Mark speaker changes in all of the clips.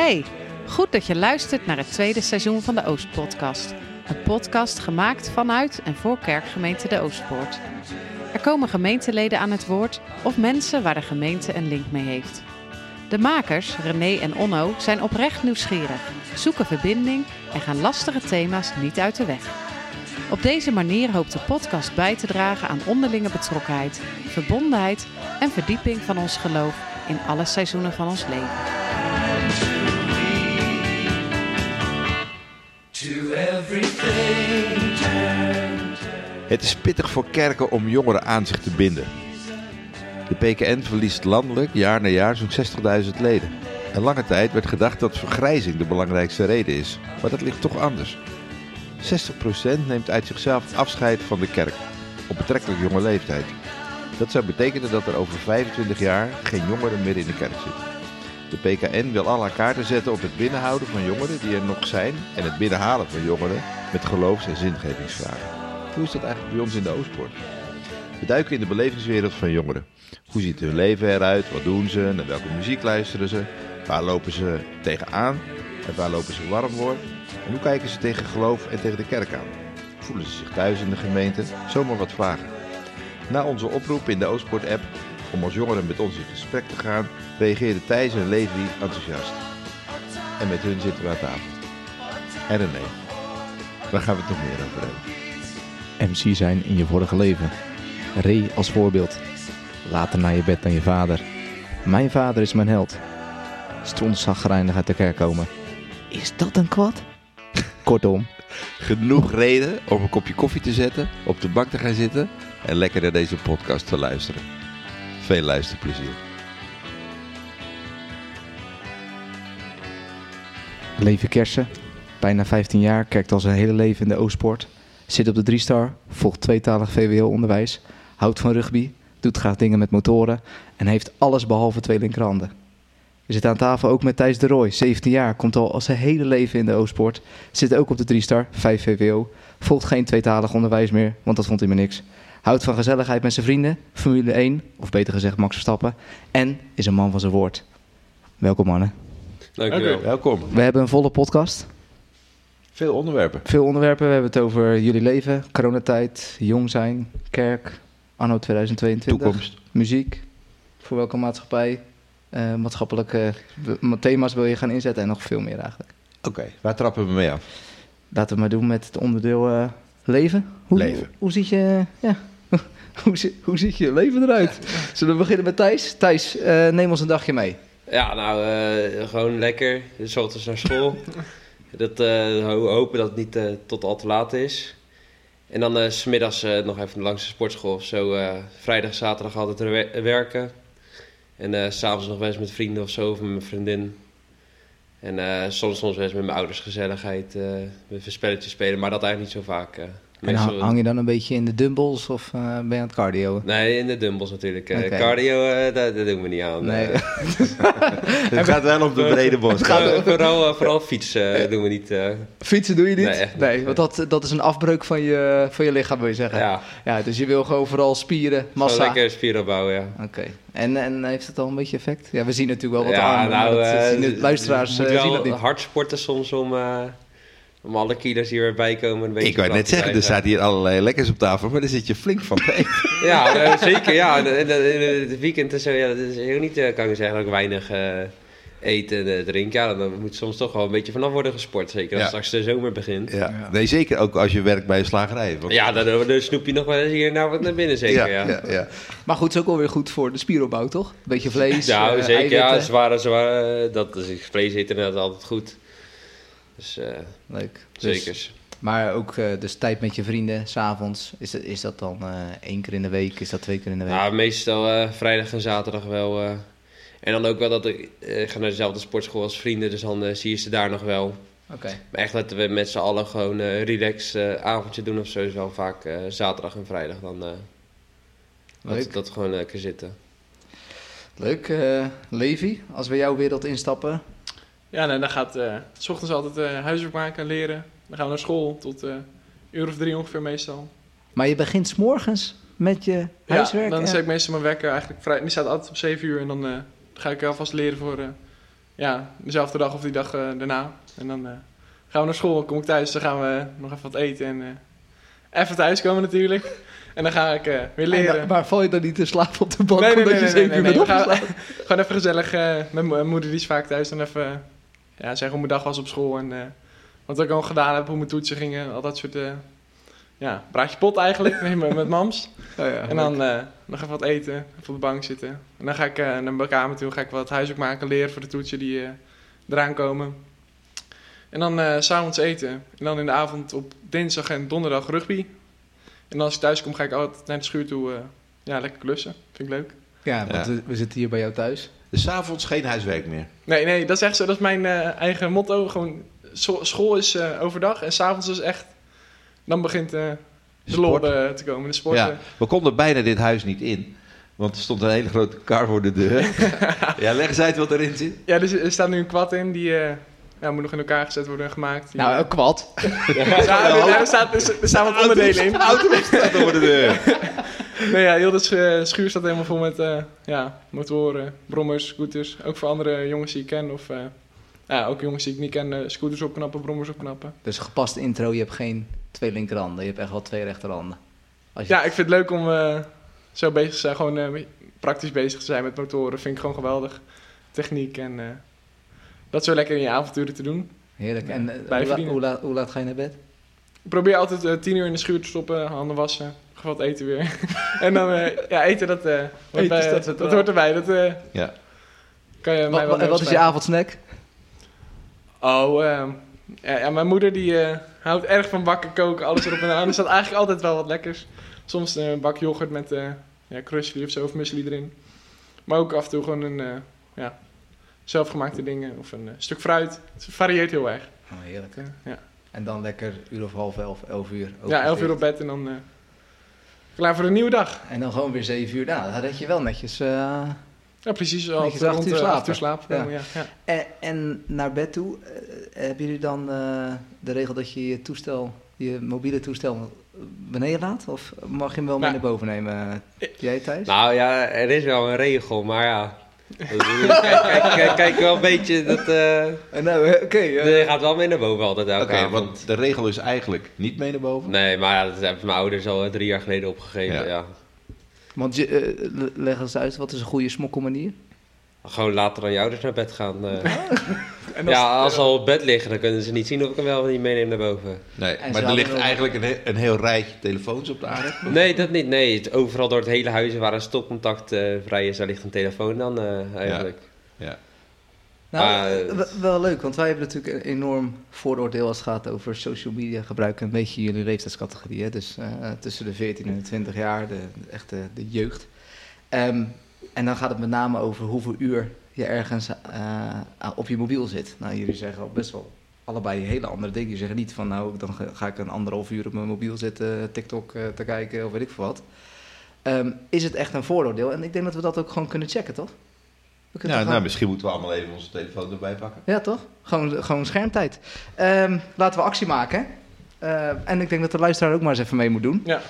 Speaker 1: Hey, goed dat je luistert naar het tweede seizoen van de Oostpodcast. Een podcast gemaakt vanuit en voor kerkgemeente De Oostpoort. Er komen gemeenteleden aan het woord of mensen waar de gemeente een link mee heeft. De makers, René en Onno, zijn oprecht nieuwsgierig, zoeken verbinding en gaan lastige thema's niet uit de weg. Op deze manier hoopt de podcast bij te dragen aan onderlinge betrokkenheid, verbondenheid en verdieping van ons geloof in alle seizoenen van ons leven.
Speaker 2: Het is pittig voor kerken om jongeren aan zich te binden. De PKN verliest landelijk jaar na jaar zo'n 60.000 leden. En lange tijd werd gedacht dat vergrijzing de belangrijkste reden is. Maar dat ligt toch anders. 60% neemt uit zichzelf afscheid van de kerk, op betrekkelijk jonge leeftijd. Dat zou betekenen dat er over 25 jaar geen jongeren meer in de kerk zitten. De PKN wil alle kaarten zetten op het binnenhouden van jongeren die er nog zijn en het binnenhalen van jongeren met geloofs- en zingevingsvragen. Hoe is dat eigenlijk bij ons in de Oostpoort? We duiken in de belevingswereld van jongeren. Hoe ziet hun leven eruit? Wat doen ze? Naar welke muziek luisteren ze? Waar lopen ze tegenaan? En waar lopen ze warm voor? En hoe kijken ze tegen geloof en tegen de kerk aan? Voelen ze zich thuis in de gemeente? Zomaar wat vragen. Na onze oproep in de Oostpoort-app om als jongeren met ons in gesprek te gaan, reageerden Thijs en Levi enthousiast. En met hun zitten we aan tafel. En René. Waar gaan we het nog meer over hebben?
Speaker 3: MC zijn in je vorige leven. Ray als voorbeeld. Later naar je bed dan je vader. Mijn vader is mijn held. Strontzagrijnig uit de kerk komen. Is dat een kwad? Kortom.
Speaker 2: Genoeg reden om een kopje koffie te zetten, op de bank te gaan zitten en lekker naar deze podcast te luisteren. Veel luisterplezier.
Speaker 3: Levi Kersen. Bijna 15 jaar. Kerkt al zijn hele leven in de Oostpoort. Zit op de 3-star. Volgt tweetalig VWO-onderwijs. Houdt van rugby. Doet graag dingen met motoren. En heeft alles behalve 2 linkerhanden. We zitten aan tafel ook met Thijs de Rooij. 17 jaar. Komt al zijn hele leven in de Oostpoort. Zit ook op de 3-star. 5 VWO. Volgt geen tweetalig onderwijs meer. Want dat vond hij maar niks. Houdt van gezelligheid met zijn vrienden. Formule 1. Of beter gezegd Max Verstappen. En is een man van zijn woord. Welkom mannen.
Speaker 2: Dankjewel. Welkom.
Speaker 3: We hebben een volle podcast.
Speaker 2: Veel onderwerpen.
Speaker 3: Veel onderwerpen. We hebben het over jullie leven, coronatijd, jong zijn, kerk, anno 2022.
Speaker 2: Toekomst.
Speaker 3: Muziek. Voor welke maatschappij, maatschappelijke thema's wil je gaan inzetten en nog veel meer eigenlijk.
Speaker 2: Oké, waar trappen we mee af?
Speaker 3: Laten we maar doen met het onderdeel leven.
Speaker 2: Leven.
Speaker 3: Hoe ziet je... Ja. Hoe ziet je leven eruit? Zullen we beginnen met Thijs? Thijs, neem ons een dagje mee.
Speaker 4: Ja, nou, gewoon lekker. Dus ochtends naar school. Hopen dat het niet tot al te laat is. En dan 's middags nog even langs de sportschool of zo. Vrijdag, zaterdag altijd werken. En 's avonds nog wel eens met vrienden of zo, of met mijn vriendin. En soms wel eens met mijn ouders gezelligheid. Even spelletjes spelen, maar dat eigenlijk niet zo vaak.
Speaker 3: En hang je dan een beetje in de dumbbells of ben je aan het cardio?
Speaker 4: Nee, in de dumbbells natuurlijk.
Speaker 3: Okay.
Speaker 4: Cardio, daar doen we niet aan.
Speaker 3: Nee.
Speaker 2: Het gaat wel op de brede borst.
Speaker 4: Vooral fietsen doen we niet.
Speaker 3: Fietsen doe je niet?
Speaker 4: Nee, echt niet.
Speaker 3: Nee, want dat is een afbreuk van je lichaam, wil je zeggen? Ja, dus je wil gewoon vooral spieren, massa.
Speaker 4: Gewoon lekker spieren opbouwen, ja.
Speaker 3: Oké. En heeft het al een beetje effect? Ja, we zien natuurlijk wel wat aan.
Speaker 4: Nou,
Speaker 3: de luisteraars zien dat niet.
Speaker 4: Hard sporten soms om alle kilo's die erbij komen. Een beetje
Speaker 2: Ik wou net zeggen, er staat hier allerlei lekkers op tafel, maar daar zit je flink van te eten.
Speaker 4: Ja, zeker. Ja. In het weekend en zo, ja, dat is heel niet, kan ik zeggen, dat ik weinig eten en drinken. Ja, dan moet soms toch wel een beetje vanaf worden gesport. Zeker als straks de zomer begint.
Speaker 2: Ja. Ja. Nee, zeker ook als je werkt bij een slagerij. Want...
Speaker 4: Ja, dan snoep je nog wel eens hier nou wat naar binnen, zeker.
Speaker 3: Ja. Maar goed, het is ook wel weer goed voor de spieropbouw, toch? Een beetje vlees,
Speaker 4: ja, zeker.
Speaker 3: eiwitten.
Speaker 4: Ja, zware. Dat is vlees eten inderdaad altijd goed. Dus,
Speaker 3: leuk.
Speaker 4: Zeker.
Speaker 3: Dus, maar ook dus tijd met je vrienden, 's avonds. Is dat dan 1 keer in de week? Is dat 2 keer in de week?
Speaker 4: Ja, meestal vrijdag en zaterdag wel. En dan ook wel dat ik ga naar dezelfde sportschool als vrienden. Dus dan zie je ze daar nog wel.
Speaker 3: Okay.
Speaker 4: Maar echt dat we met z'n allen gewoon relax avondje doen of zo. Is wel vaak zaterdag en vrijdag dan dat gewoon lekker zitten.
Speaker 3: Leuk. Levi, als we jouw wereld instappen...
Speaker 5: Ja, nee, dan gaat 's ochtends altijd huiswerk maken, leren. Dan gaan we naar school tot 1 of 3 ongeveer meestal.
Speaker 3: Maar je begint 's morgens met je huiswerk?
Speaker 5: Ja, dan zet ik meestal mijn wekker eigenlijk vrij. Die staat altijd op 7 uur en dan ga ik alvast leren voor dezelfde dag of die dag daarna. En dan gaan we naar school, dan kom ik thuis, dan gaan we nog even wat eten en even thuiskomen natuurlijk. En dan ga ik weer leren.
Speaker 3: Maar val je dan niet te slapen op de bank
Speaker 5: Nee,
Speaker 3: omdat je 7 uur bent
Speaker 5: We gaan
Speaker 3: opgeslapen?
Speaker 5: gewoon even gezellig met mijn moeder, die is vaak thuis, dan even zeggen hoe mijn dag was op school en wat ik al gedaan heb, hoe mijn toetsen gingen, al dat soort praatje pot eigenlijk met mams.
Speaker 3: Oh ja,
Speaker 5: En dan nog even wat eten, even op de bank zitten. En dan ga ik naar mijn kamer toe, ga ik wat huiswerk maken, leren voor de toetsen die eraan komen. En dan 's avonds eten. En dan in de avond op dinsdag en donderdag rugby. En als ik thuis kom, ga ik altijd naar de schuur toe lekker klussen. Vind ik leuk.
Speaker 3: Ja, want we zitten hier bij jou thuis.
Speaker 2: Dus 's avonds geen huiswerk meer.
Speaker 5: Nee, dat is echt zo. Dat is mijn eigen motto. Gewoon, school is overdag en 's avonds is echt... Dan begint de lol te komen, de sport.
Speaker 2: Ja, we konden bijna dit huis niet in. Want er stond een hele grote kar voor de deur. Ja, leg eens uit wat erin zit.
Speaker 5: Ja, er staat nu een quad in. Die moet nog in elkaar gezet worden en gemaakt. Die,
Speaker 3: Nou, een kwad.
Speaker 5: er staan wat onderdelen in.
Speaker 2: De auto staat voor de deur.
Speaker 5: Nee, ja, heel de schuur staat helemaal vol met motoren, brommers, scooters. Ook voor andere jongens die ik ken. Of ook jongens die ik niet ken, scooters opknappen, brommers opknappen.
Speaker 3: Dus gepaste intro, je hebt geen 2 linkerhanden. Je hebt echt wel 2 rechterhanden.
Speaker 5: Ja, ik vind het leuk om zo bezig te zijn. Gewoon praktisch bezig te zijn met motoren. Vind ik gewoon geweldig. Techniek en dat zo lekker in je avonturen te doen.
Speaker 3: Heerlijk.
Speaker 5: Ja,
Speaker 3: En hoe laat ga je naar bed?
Speaker 5: Ik probeer altijd 10 uur in de schuur te stoppen, handen wassen, wat eten weer. En dan eten, dat hoort erbij. Dat
Speaker 2: Ja.
Speaker 5: kan je mij wel
Speaker 3: Wat is je avondsnack?
Speaker 5: Mijn moeder die houdt erg van bakken, koken, alles erop en aan. Er staat eigenlijk altijd wel wat lekkers. Soms een bak yoghurt met crushy of zo, of muesli erin. Maar ook af en toe gewoon een zelfgemaakte dingen of een stuk fruit. Het varieert heel erg.
Speaker 3: Oh, heerlijk.
Speaker 5: Ja.
Speaker 3: En dan lekker uur of half 11, 11 uur.
Speaker 5: Ja, 11 uur op bed en dan klaar voor een nieuwe dag.
Speaker 3: En dan gewoon weer 7 uur. Nou, dat had je wel netjes.
Speaker 5: Ja, precies. Al
Speaker 3: Netjes 8 uur slapen.
Speaker 5: 8 uur slapen. Ja.
Speaker 3: En naar bed toe, hebben jullie dan de regel dat je je mobiele toestel beneden laat? Of mag je hem wel mee naar boven nemen? Jij, Thijs?
Speaker 4: Nou ja, er is wel een regel, maar ja. Kijk wel een beetje dat... je gaat wel mee naar boven altijd elke avond.
Speaker 2: Want de regel is eigenlijk niet mee naar boven.
Speaker 4: Nee, maar ja, dat hebben mijn ouders al 3 jaar geleden opgegeven, ja.
Speaker 3: Want leg eens uit, wat is een goede smokkelmanier?
Speaker 4: Gewoon later dan je ouders naar bed gaan. Als ze al op bed liggen, dan kunnen ze niet zien of ik hem wel of niet meeneem naar boven.
Speaker 2: Nee, maar er ligt eigenlijk een heel rijtje telefoons op de aarde.
Speaker 4: Nee, dat niet. Nee, overal door het hele huis waar een stopcontact vrij is, daar ligt een telefoon dan eigenlijk.
Speaker 2: Ja.
Speaker 3: Nou, wel leuk, want wij hebben natuurlijk een enorm vooroordeel als het gaat over social media gebruik. Een beetje jullie leeftijdscategorie, hè? Dus tussen de 14 en de 20 jaar, de jeugd. En dan gaat het met name over hoeveel uur je ergens op je mobiel zit. Nou, jullie zeggen al best wel allebei hele andere dingen. Je zegt niet van, nou, dan ga ik een 1,5 uur op mijn mobiel zitten, TikTok te kijken of weet ik veel wat. Is het echt een vooroordeel? En ik denk dat we dat ook gewoon kunnen checken, toch?
Speaker 2: Misschien moeten we allemaal even onze telefoon erbij pakken.
Speaker 3: Ja, toch? Gewoon schermtijd. Laten we actie maken. En ik denk dat de luisteraar ook maar eens even mee moet doen.
Speaker 5: Ja.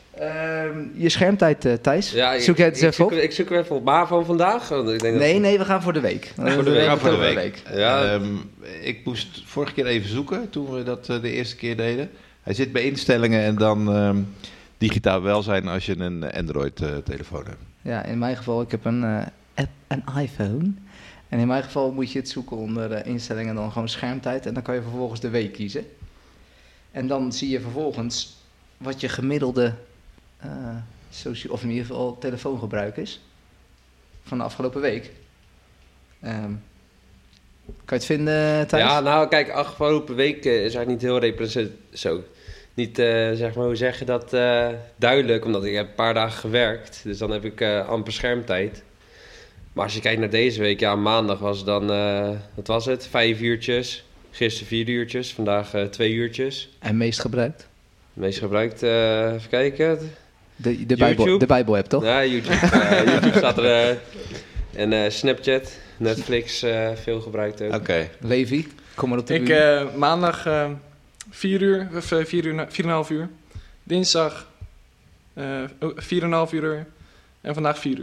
Speaker 3: Je schermtijd, Thijs.
Speaker 4: Ja,
Speaker 3: zoek jij het eens even op?
Speaker 4: Ik zoek er even op. Maar van vandaag? Ik denk
Speaker 3: Nee, we gaan voor de week.
Speaker 2: We gaan voor de week.
Speaker 4: Ja.
Speaker 2: Ik moest vorige keer even zoeken toen we dat de eerste keer deden. Hij zit bij instellingen en dan digitaal welzijn als je een Android-telefoon hebt.
Speaker 3: Ja, in mijn geval, ik heb een iPhone. En in mijn geval moet je het zoeken onder instellingen en dan gewoon schermtijd. En dan kan je vervolgens de week kiezen. En dan zie je vervolgens wat je gemiddelde of in ieder geval telefoongebruik is van de afgelopen week. Kan je het vinden, Thijs?
Speaker 4: Ja, nou kijk, afgelopen week is eigenlijk niet heel representatief. Niet, hoe zeg je dat, duidelijk, omdat ik heb een paar dagen gewerkt. Dus dan heb ik amper schermtijd. Maar als je kijkt naar deze week, ja, maandag was dan, wat was het, 5 uurtjes. Gisteren 4 uurtjes, vandaag 2 uurtjes.
Speaker 3: En meest gebruikt?
Speaker 4: Meest gebruikt, even kijken.
Speaker 3: De Bijbel-app, toch?
Speaker 4: Ja, YouTube. YouTube staat er. En Snapchat, Netflix, veel gebruikt ook.
Speaker 2: Oké.
Speaker 3: Levi, kom maar op de buurt.
Speaker 5: Maandag 4 uur, of 4,5 uur. Dinsdag 4,5 uur. En vandaag 4 uur.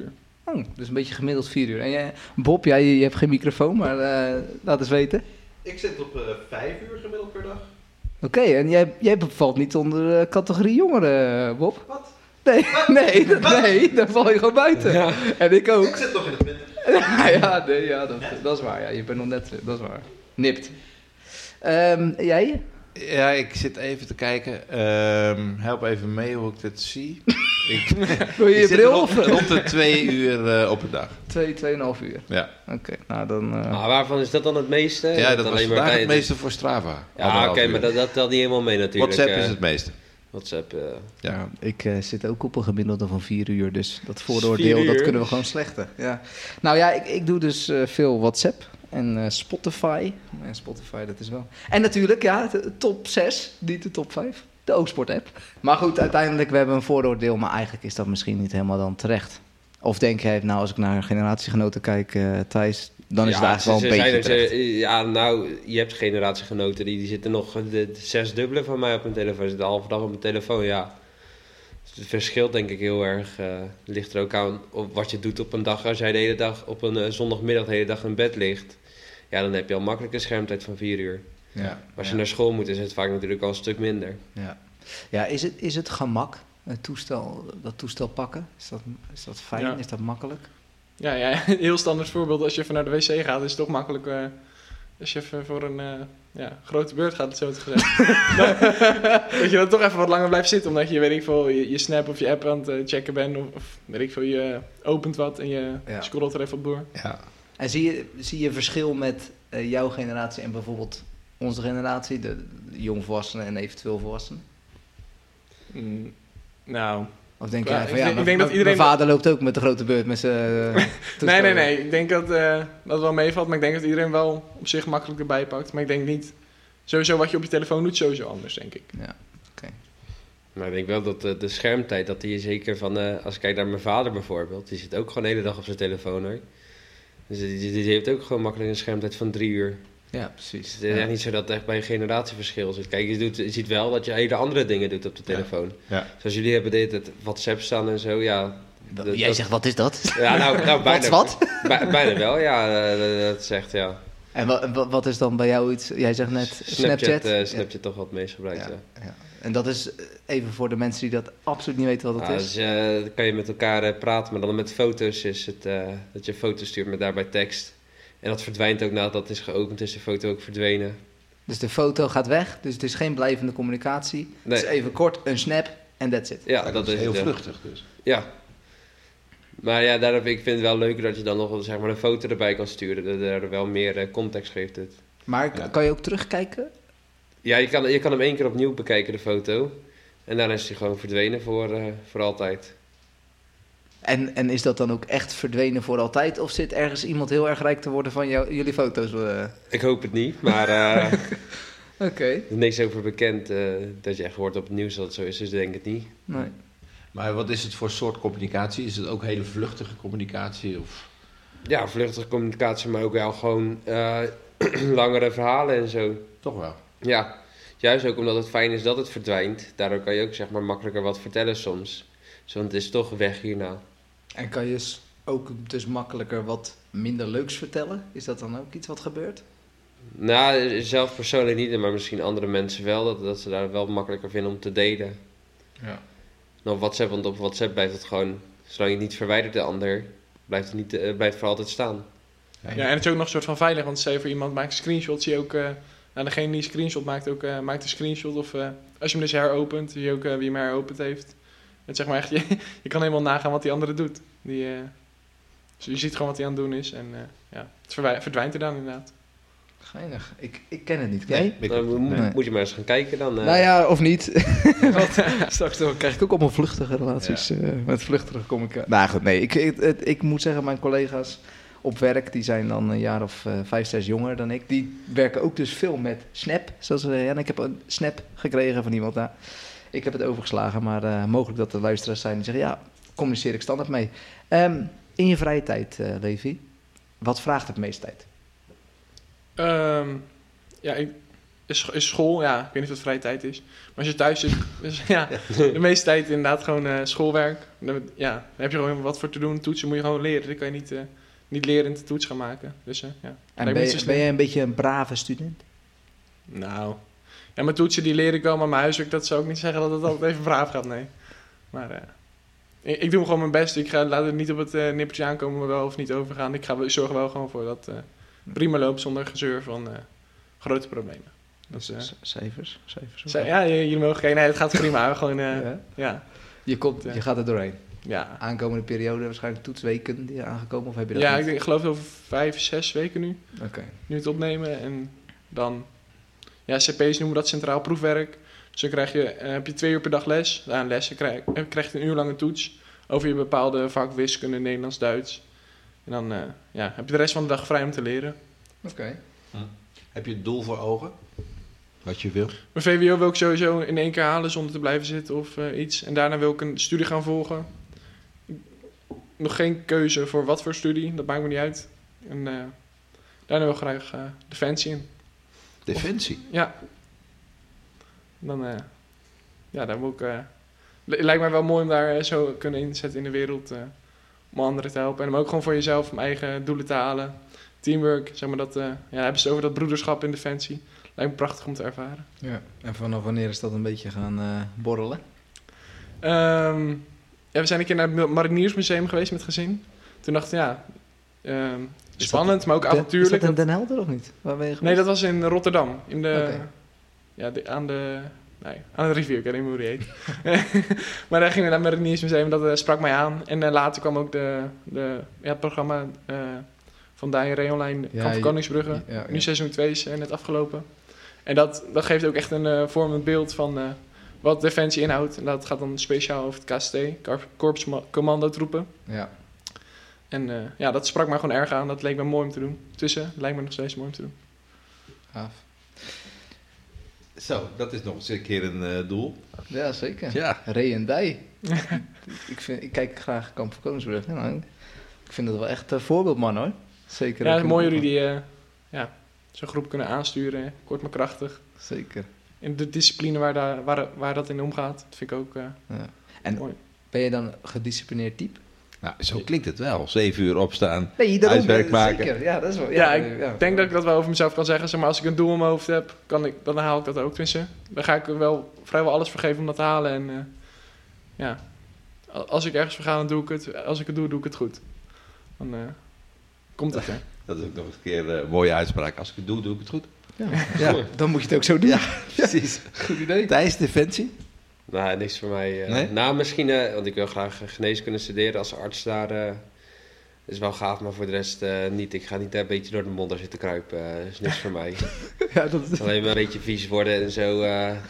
Speaker 3: Oh, dus een beetje gemiddeld 4 uur. En jij, Bob, je hebt geen microfoon, maar laat eens weten.
Speaker 2: Ik zit op 5 uur gemiddeld per dag.
Speaker 3: Oké, en jij valt niet onder de categorie jongeren, Bob?
Speaker 2: Wat?
Speaker 3: Nee, daar val je gewoon buiten.
Speaker 4: Ja.
Speaker 3: En ik ook.
Speaker 2: Ik zit nog in het midden.
Speaker 3: Dat is waar. Ja, je bent nog net, dat is waar. Nipt. Jij?
Speaker 2: Ja, ik zit even te kijken. Help even mee hoe ik dit zie.
Speaker 3: Wil je
Speaker 2: Ik
Speaker 3: je
Speaker 2: zit
Speaker 3: bril
Speaker 2: rond de 2 uur op een dag.
Speaker 3: 2,5 uur.
Speaker 2: Ja,
Speaker 3: Oké, nou dan...
Speaker 4: Maar waarvan is dat dan het meeste?
Speaker 2: ja dat was
Speaker 4: alleen maar
Speaker 2: vandaag het
Speaker 4: tijd-
Speaker 2: meeste voor Strava.
Speaker 4: Ja, oké, maar dat telt niet helemaal mee natuurlijk.
Speaker 2: WhatsApp is het meeste.
Speaker 4: WhatsApp,
Speaker 3: Ja, ik zit ook op een gemiddelde van 4 uur, dus dat vooroordeel,
Speaker 4: 4
Speaker 3: dat
Speaker 4: uur?
Speaker 3: kunnen we gewoon slechten. Ja. Nou ja, ik doe dus veel WhatsApp en Spotify. En Spotify, dat is wel... En natuurlijk, ja, de top 6, niet de top 5. De Oogsport-app. Maar goed, uiteindelijk, we hebben een vooroordeel, maar eigenlijk is dat misschien niet helemaal dan terecht. Of denk jij, nou, als ik naar generatiegenoten kijk, Thijs, dan is het eigenlijk wel een beetje terecht.
Speaker 4: Ja, nou, je hebt generatiegenoten die zitten nog de 6 dubbele van mij op mijn telefoon. Ze zitten de halve dag op mijn telefoon, ja. Het verschilt denk ik heel erg. Het ligt er ook aan op wat je doet op een dag. Als jij de hele dag op een zondagmiddag de hele dag in bed ligt, ja, dan heb je al makkelijk een schermtijd van 4 uur.
Speaker 3: Ja,
Speaker 4: Als je naar school moet, is het vaak natuurlijk al een stuk minder.
Speaker 3: ja, is het gemak, dat toestel pakken? Is dat fijn?
Speaker 5: Ja.
Speaker 3: Is dat makkelijk?
Speaker 5: Ja, een heel standaard voorbeeld. Als je even naar de wc gaat, is het toch makkelijk... als je even voor een grote beurt gaat, zo te gezegd. Dat je dan toch even wat langer blijft zitten. Omdat je, weet ik veel, je Snap of je app aan het checken bent. Of weet ik veel, je opent wat en je scrolt er even op door.
Speaker 2: Ja.
Speaker 3: En zie je verschil met jouw generatie en bijvoorbeeld onze generatie, de jongvolwassenen en eventueel volwassenen?
Speaker 5: Nou...
Speaker 3: Of denk
Speaker 5: Ja,
Speaker 3: jij van
Speaker 5: ik
Speaker 3: ja,
Speaker 5: denk- ik denk
Speaker 3: mijn-
Speaker 5: dat iedereen-
Speaker 3: mijn vader loopt ook met de grote beurt met zijn toestel.
Speaker 5: Nee. Ik denk dat dat wel meevalt. Maar ik denk dat iedereen wel op zich makkelijk erbij pakt. Maar ik denk niet... Sowieso wat je op je telefoon doet, sowieso anders, denk ik.
Speaker 3: Ja.
Speaker 4: Maar ik denk wel dat de schermtijd, dat die zeker van... als ik kijk naar mijn vader bijvoorbeeld, die zit ook gewoon de hele dag op zijn telefoon hoor. Dus die heeft ook gewoon makkelijk een schermtijd van 3 uur.
Speaker 3: Ja, precies.
Speaker 4: Het is echt niet zo dat het echt bij een generatieverschil zit. Kijk, je ziet wel dat je hele andere dingen doet op de telefoon.
Speaker 2: Ja.
Speaker 4: Zoals jullie hebben dit WhatsApp staan en zo, ja.
Speaker 3: Jij zegt, wat is dat?
Speaker 4: Ja, nou bijna,
Speaker 3: Wat?
Speaker 4: bijna wel, ja. Dat zegt, ja.
Speaker 3: En wat is dan bij jou iets? Jij zegt net Snapchat.
Speaker 4: Snapchat toch wat het meest gebruikt, ja.
Speaker 3: Ja. En dat is even voor de mensen die dat absoluut niet weten wat het is.
Speaker 4: Dus, dan kan je met elkaar praten, maar dan met foto's is het dat je foto's stuurt met daarbij tekst. En dat verdwijnt ook nadat het is geopend, is de foto ook verdwenen.
Speaker 3: Dus de foto gaat weg, dus het is geen blijvende communicatie.
Speaker 4: Nee.
Speaker 3: Het is even kort, een snap en that's it.
Speaker 4: Ja, dat is
Speaker 2: heel
Speaker 4: het, ja.
Speaker 2: vluchtig dus.
Speaker 4: Ja. Maar ja, ik vind het wel leuker dat je dan nog zeg maar, een foto erbij kan sturen. Dat er wel meer context geeft het.
Speaker 3: Maar
Speaker 2: Ja.
Speaker 3: kan je ook terugkijken?
Speaker 4: Ja, je kan hem 1 keer opnieuw bekijken, de foto. En daarna is hij gewoon verdwenen voor altijd.
Speaker 3: En is dat dan ook echt verdwenen voor altijd? Of zit ergens iemand heel erg rijk te worden van jullie foto's?
Speaker 4: Ik hoop het niet, maar
Speaker 3: Oké.
Speaker 4: er is niks over bekend dat je echt hoort op het nieuws dat het zo is. Dus ik denk het niet.
Speaker 3: Nee.
Speaker 2: Maar wat is het voor soort communicatie? Is het ook hele vluchtige communicatie? Of?
Speaker 4: Ja, vluchtige communicatie, maar ook wel gewoon langere verhalen en zo.
Speaker 2: Toch wel.
Speaker 4: Ja, juist ook omdat het fijn is dat het verdwijnt. Daardoor kan je ook zeg maar makkelijker wat vertellen soms. Want het is toch weg hierna.
Speaker 3: En kan je ook dus makkelijker wat minder leuks vertellen? Is dat dan ook iets wat gebeurt?
Speaker 4: Nou, zelf persoonlijk niet, maar misschien andere mensen wel. Dat ze daar wel makkelijker vinden om te delen.
Speaker 2: Ja.
Speaker 4: Dan op WhatsApp, want op WhatsApp blijft het gewoon... Zolang je het niet verwijdert de ander, blijft het blijft voor altijd staan.
Speaker 5: Ja, en het is ook nog een soort van veilig. Want stel je voor iemand maakt een screenshot, zie je ook... degene die screenshot maakt ook maakt een screenshot. Of als je hem dus heropent, zie je ook wie hem heropend heeft. Het zeg maar echt, je kan helemaal nagaan wat die andere doet. Dus je ziet gewoon wat hij aan het doen is. En het verdwijnt er dan inderdaad.
Speaker 3: Geinig. Ik ken het niet. Jij?
Speaker 4: Dan moet je maar eens gaan kijken dan.
Speaker 3: Nou ja, of niet. Want straks dan krijg ik ook allemaal vluchtige relaties met vluchtige communicatie. Nou goed, nee. Ik moet zeggen, mijn collega's op werk, die zijn dan een jaar of 5, 6 jonger dan ik. Die werken ook dus veel met Snap. Zoals en ik heb een Snap gekregen van iemand daar. Ik heb het overgeslagen, maar mogelijk dat er luisteraars zijn die zeggen... ja, communiceer ik standaard mee. In je vrije tijd, Levi, wat vraagt het meest tijd?
Speaker 5: is school. Ja, ik weet niet of het vrije tijd is. Maar als je thuis zit, dus, ja, de meeste tijd inderdaad gewoon schoolwerk. Dan heb je gewoon wat voor te doen. Toetsen moet je gewoon leren. Dan kan je niet leren in de toets gaan maken. Dus ja.
Speaker 3: En ben jij een beetje een brave student?
Speaker 5: Nou, ja, mijn toetsen die leer ik wel, maar mijn huiswerk, dat zou ik niet zeggen dat het altijd even braaf gaat, nee. Maar ik doe gewoon mijn best. Ik laat het niet op het nippertje aankomen, maar wel of niet overgaan. Ik zorg er wel gewoon voor dat prima loopt zonder gezeur van grote problemen. Dus,
Speaker 3: cijfers?
Speaker 5: Ja, jullie mogen kijken. Nee, het gaat prima. Gewoon, ja.
Speaker 3: Je gaat er doorheen.
Speaker 5: Ja.
Speaker 3: Aankomende periode waarschijnlijk toetsweken die aangekomen, of heb je dat
Speaker 5: Ja,
Speaker 3: niet?
Speaker 5: ik geloof over 5-6 weken nu.
Speaker 3: Oké.
Speaker 5: Nu het opnemen en dan... Ja, CP's noemen dat centraal proefwerk. Dus dan heb je 2 uur per dag les. Ja, je krijgt een uur lang een toets over je bepaalde vak, wiskunde, Nederlands, Duits. En dan heb je de rest van de dag vrij om te leren.
Speaker 3: Oké.
Speaker 2: Heb je het doel voor ogen? Wat je wil?
Speaker 5: Mijn VWO wil ik sowieso in 1 keer halen zonder te blijven zitten of iets. En daarna wil ik een studie gaan volgen. Nog geen keuze voor wat voor studie, dat maakt me niet uit. En daarna wil ik graag Defensie in.
Speaker 2: Defensie?
Speaker 5: Ja. Dan, dan moet ik... Het lijkt mij wel mooi om daar zo kunnen inzetten in de wereld om anderen te helpen. En om ook gewoon voor jezelf mijn eigen doelen te halen. Teamwork, zeg maar dat... hebben ze over dat broederschap in Defensie. Lijkt me prachtig om te ervaren.
Speaker 3: Ja. En vanaf wanneer is dat een beetje gaan borrelen?
Speaker 5: We zijn een keer naar het Mariniersmuseum geweest met gezin. Toen dacht ik, spannend, maar ook avontuurlijk.
Speaker 3: Is dat in Den Helder of niet? Waar ben je geweest?
Speaker 5: Nee, dat was in Rotterdam. In de,
Speaker 3: Oké.
Speaker 5: aan de rivier, ik weet niet meer hoe die heet. Maar daar gingen we naar het Mariniersmuseum, dat sprak mij aan. En later kwam ook het programma van Daan Ree Online, Kamp van Koningsbrugge.
Speaker 3: Ja.
Speaker 5: Nu seizoen 2 is net afgelopen. En dat geeft ook echt een vormend beeld van wat Defensie inhoudt. En dat gaat dan speciaal over het KST, Korps Commandotroepen.
Speaker 3: Ja.
Speaker 5: En dat sprak mij gewoon erg aan. Dat leek me mooi om te doen. Lijkt me nog steeds mooi om te doen.
Speaker 3: Gaaf.
Speaker 2: Zo, dat is nog eens een keer een doel.
Speaker 3: Ja, zeker.
Speaker 2: Ja.
Speaker 3: Ree en Dij. ik kijk graag Kamp van Koningsbrugge. Nou, ik vind dat wel echt een voorbeeldman, hoor. Zeker.
Speaker 5: Ja, het is mooi jullie die zo'n groep kunnen aansturen. Kort maar krachtig.
Speaker 3: Zeker.
Speaker 5: In de discipline waar dat in omgaat. Dat vind ik ook
Speaker 3: En
Speaker 5: mooi.
Speaker 3: ben je dan een gedisciplineerd type?
Speaker 2: Nou, zo klinkt het wel. 7 uur opstaan,
Speaker 3: Nee, daarom,
Speaker 2: huiswerk maken.
Speaker 3: Zeker. Ja, dat is wel...
Speaker 5: Ik denk dat ik dat wel over mezelf kan zeggen. Zeg maar, als ik een doel in mijn hoofd heb, dan haal ik dat ook. Tenminste, dan ga ik wel vrijwel alles vergeven om dat te halen. En als ik ergens voor ga, dan doe ik het. Als ik het doe, doe ik het goed. Dan komt het, hè.
Speaker 2: Dat is ook nog eens een keer een mooie uitspraak. Als ik het doe, doe ik het goed.
Speaker 3: Ja, dan moet je het ook zo doen. Ja,
Speaker 2: Precies.
Speaker 3: goed idee.
Speaker 2: Thijs, Defensie?
Speaker 4: Nou, niks voor mij.
Speaker 2: Nee?
Speaker 4: Nou, misschien, want ik wil graag geneeskunde studeren als arts daar. Is wel gaaf, maar voor de rest niet. Ik ga niet een beetje door de modder zitten kruipen. Dat is niks voor mij.
Speaker 3: Ja, dat is...
Speaker 4: Alleen maar een beetje vies worden en zo.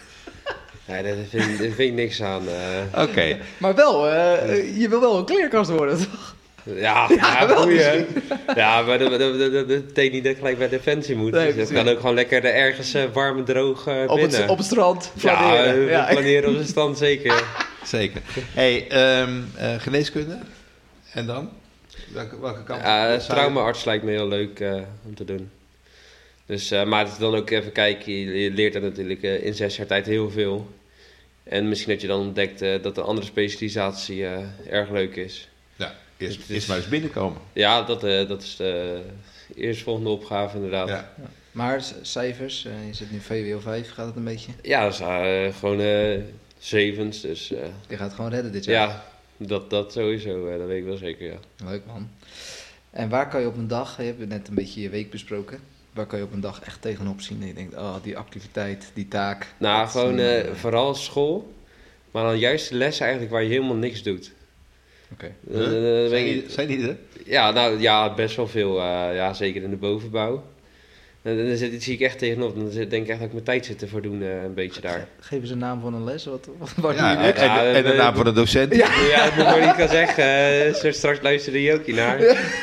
Speaker 4: Nee, daar vind ik niks aan.
Speaker 2: Oké.
Speaker 3: Maar wel, je wil wel een kleerkast worden, toch?
Speaker 4: Ja,
Speaker 3: wel
Speaker 4: goeie. Ja, maar dat betekent niet dat ik gelijk bij Defensie moet.
Speaker 3: Nee,
Speaker 4: Dus dat kan ook gewoon lekker ergens warm en droog binnen.
Speaker 3: Op het strand flaneren.
Speaker 4: Ja, flaneren op de stand zeker.
Speaker 2: Zeker. Hey, geneeskunde? En dan? Welke kant?
Speaker 4: Traumaarts lijkt me heel leuk om te doen. Dus, maar het is dan ook even kijken. Je leert er natuurlijk in 6 jaar tijd heel veel. En misschien dat je dan ontdekt dat een andere specialisatie erg leuk is.
Speaker 2: Ja, eerst maar eens binnenkomen.
Speaker 4: Ja, dat is de eerstvolgende opgave inderdaad.
Speaker 2: Ja.
Speaker 3: Maar cijfers, je zit nu VWO 5, gaat het een beetje?
Speaker 4: Ja, dat is gewoon zevens. Dus,
Speaker 3: Je gaat het gewoon redden dit jaar?
Speaker 4: Ja, dat sowieso. Dat weet ik wel zeker, ja.
Speaker 3: Leuk, man. En waar kan je op een dag, je hebt net een beetje je week besproken, waar kan je op een dag echt tegenop zien? En je denkt, die activiteit, die taak.
Speaker 4: Nou, gewoon vooral school. Maar dan juist de lessen eigenlijk waar je helemaal niks doet.
Speaker 3: Oké.
Speaker 2: Zijn die er?
Speaker 4: Ja, nou ja, best wel veel. Ja, zeker in de bovenbouw. Dan zie ik echt tegenop. Dan denk ik echt dat ik mijn tijd zit ervoor doen, een beetje daar.
Speaker 3: Geef eens een naam van een les. Wat
Speaker 2: Ja, en de naam van de docent.
Speaker 4: Ja, dat moet ik maar niet gaan zeggen. Straks luisterde Jokie naar.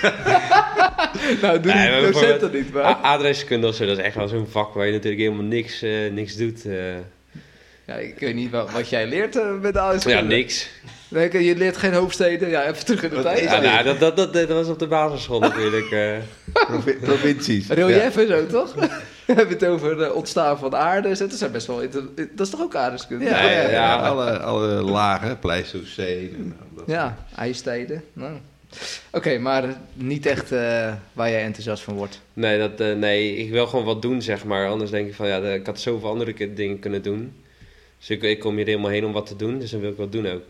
Speaker 3: Nou, doe die docenten niet, maar...
Speaker 4: Adreskunde of zo, dat is echt wel zo'n vak waar je natuurlijk helemaal niks doet.
Speaker 3: Ja, ik weet niet wat jij leert met de adreskunde.
Speaker 4: Ja, niks.
Speaker 3: Nee, je leert geen hoofdsteden. Ja, even terug in de tijd.
Speaker 4: Ja, nou, dat was op de basisschool natuurlijk.
Speaker 2: Provincies.
Speaker 3: Relief en zo, toch? We hebben het over de ontstaan van aarde. Dus dat is best wel... Dat is toch ook aardrijkskunde?
Speaker 2: Ja. Alle lagen, Pleistoceen. En dat
Speaker 3: Ja, ijstijden. Nou. Oké, maar niet echt waar jij enthousiast van wordt.
Speaker 4: Nee, ik wil gewoon wat doen, zeg maar. Anders denk ik van, ja, ik had zoveel andere dingen kunnen doen. Dus ik kom hier helemaal heen om wat te doen, dus dan wil ik wat doen ook.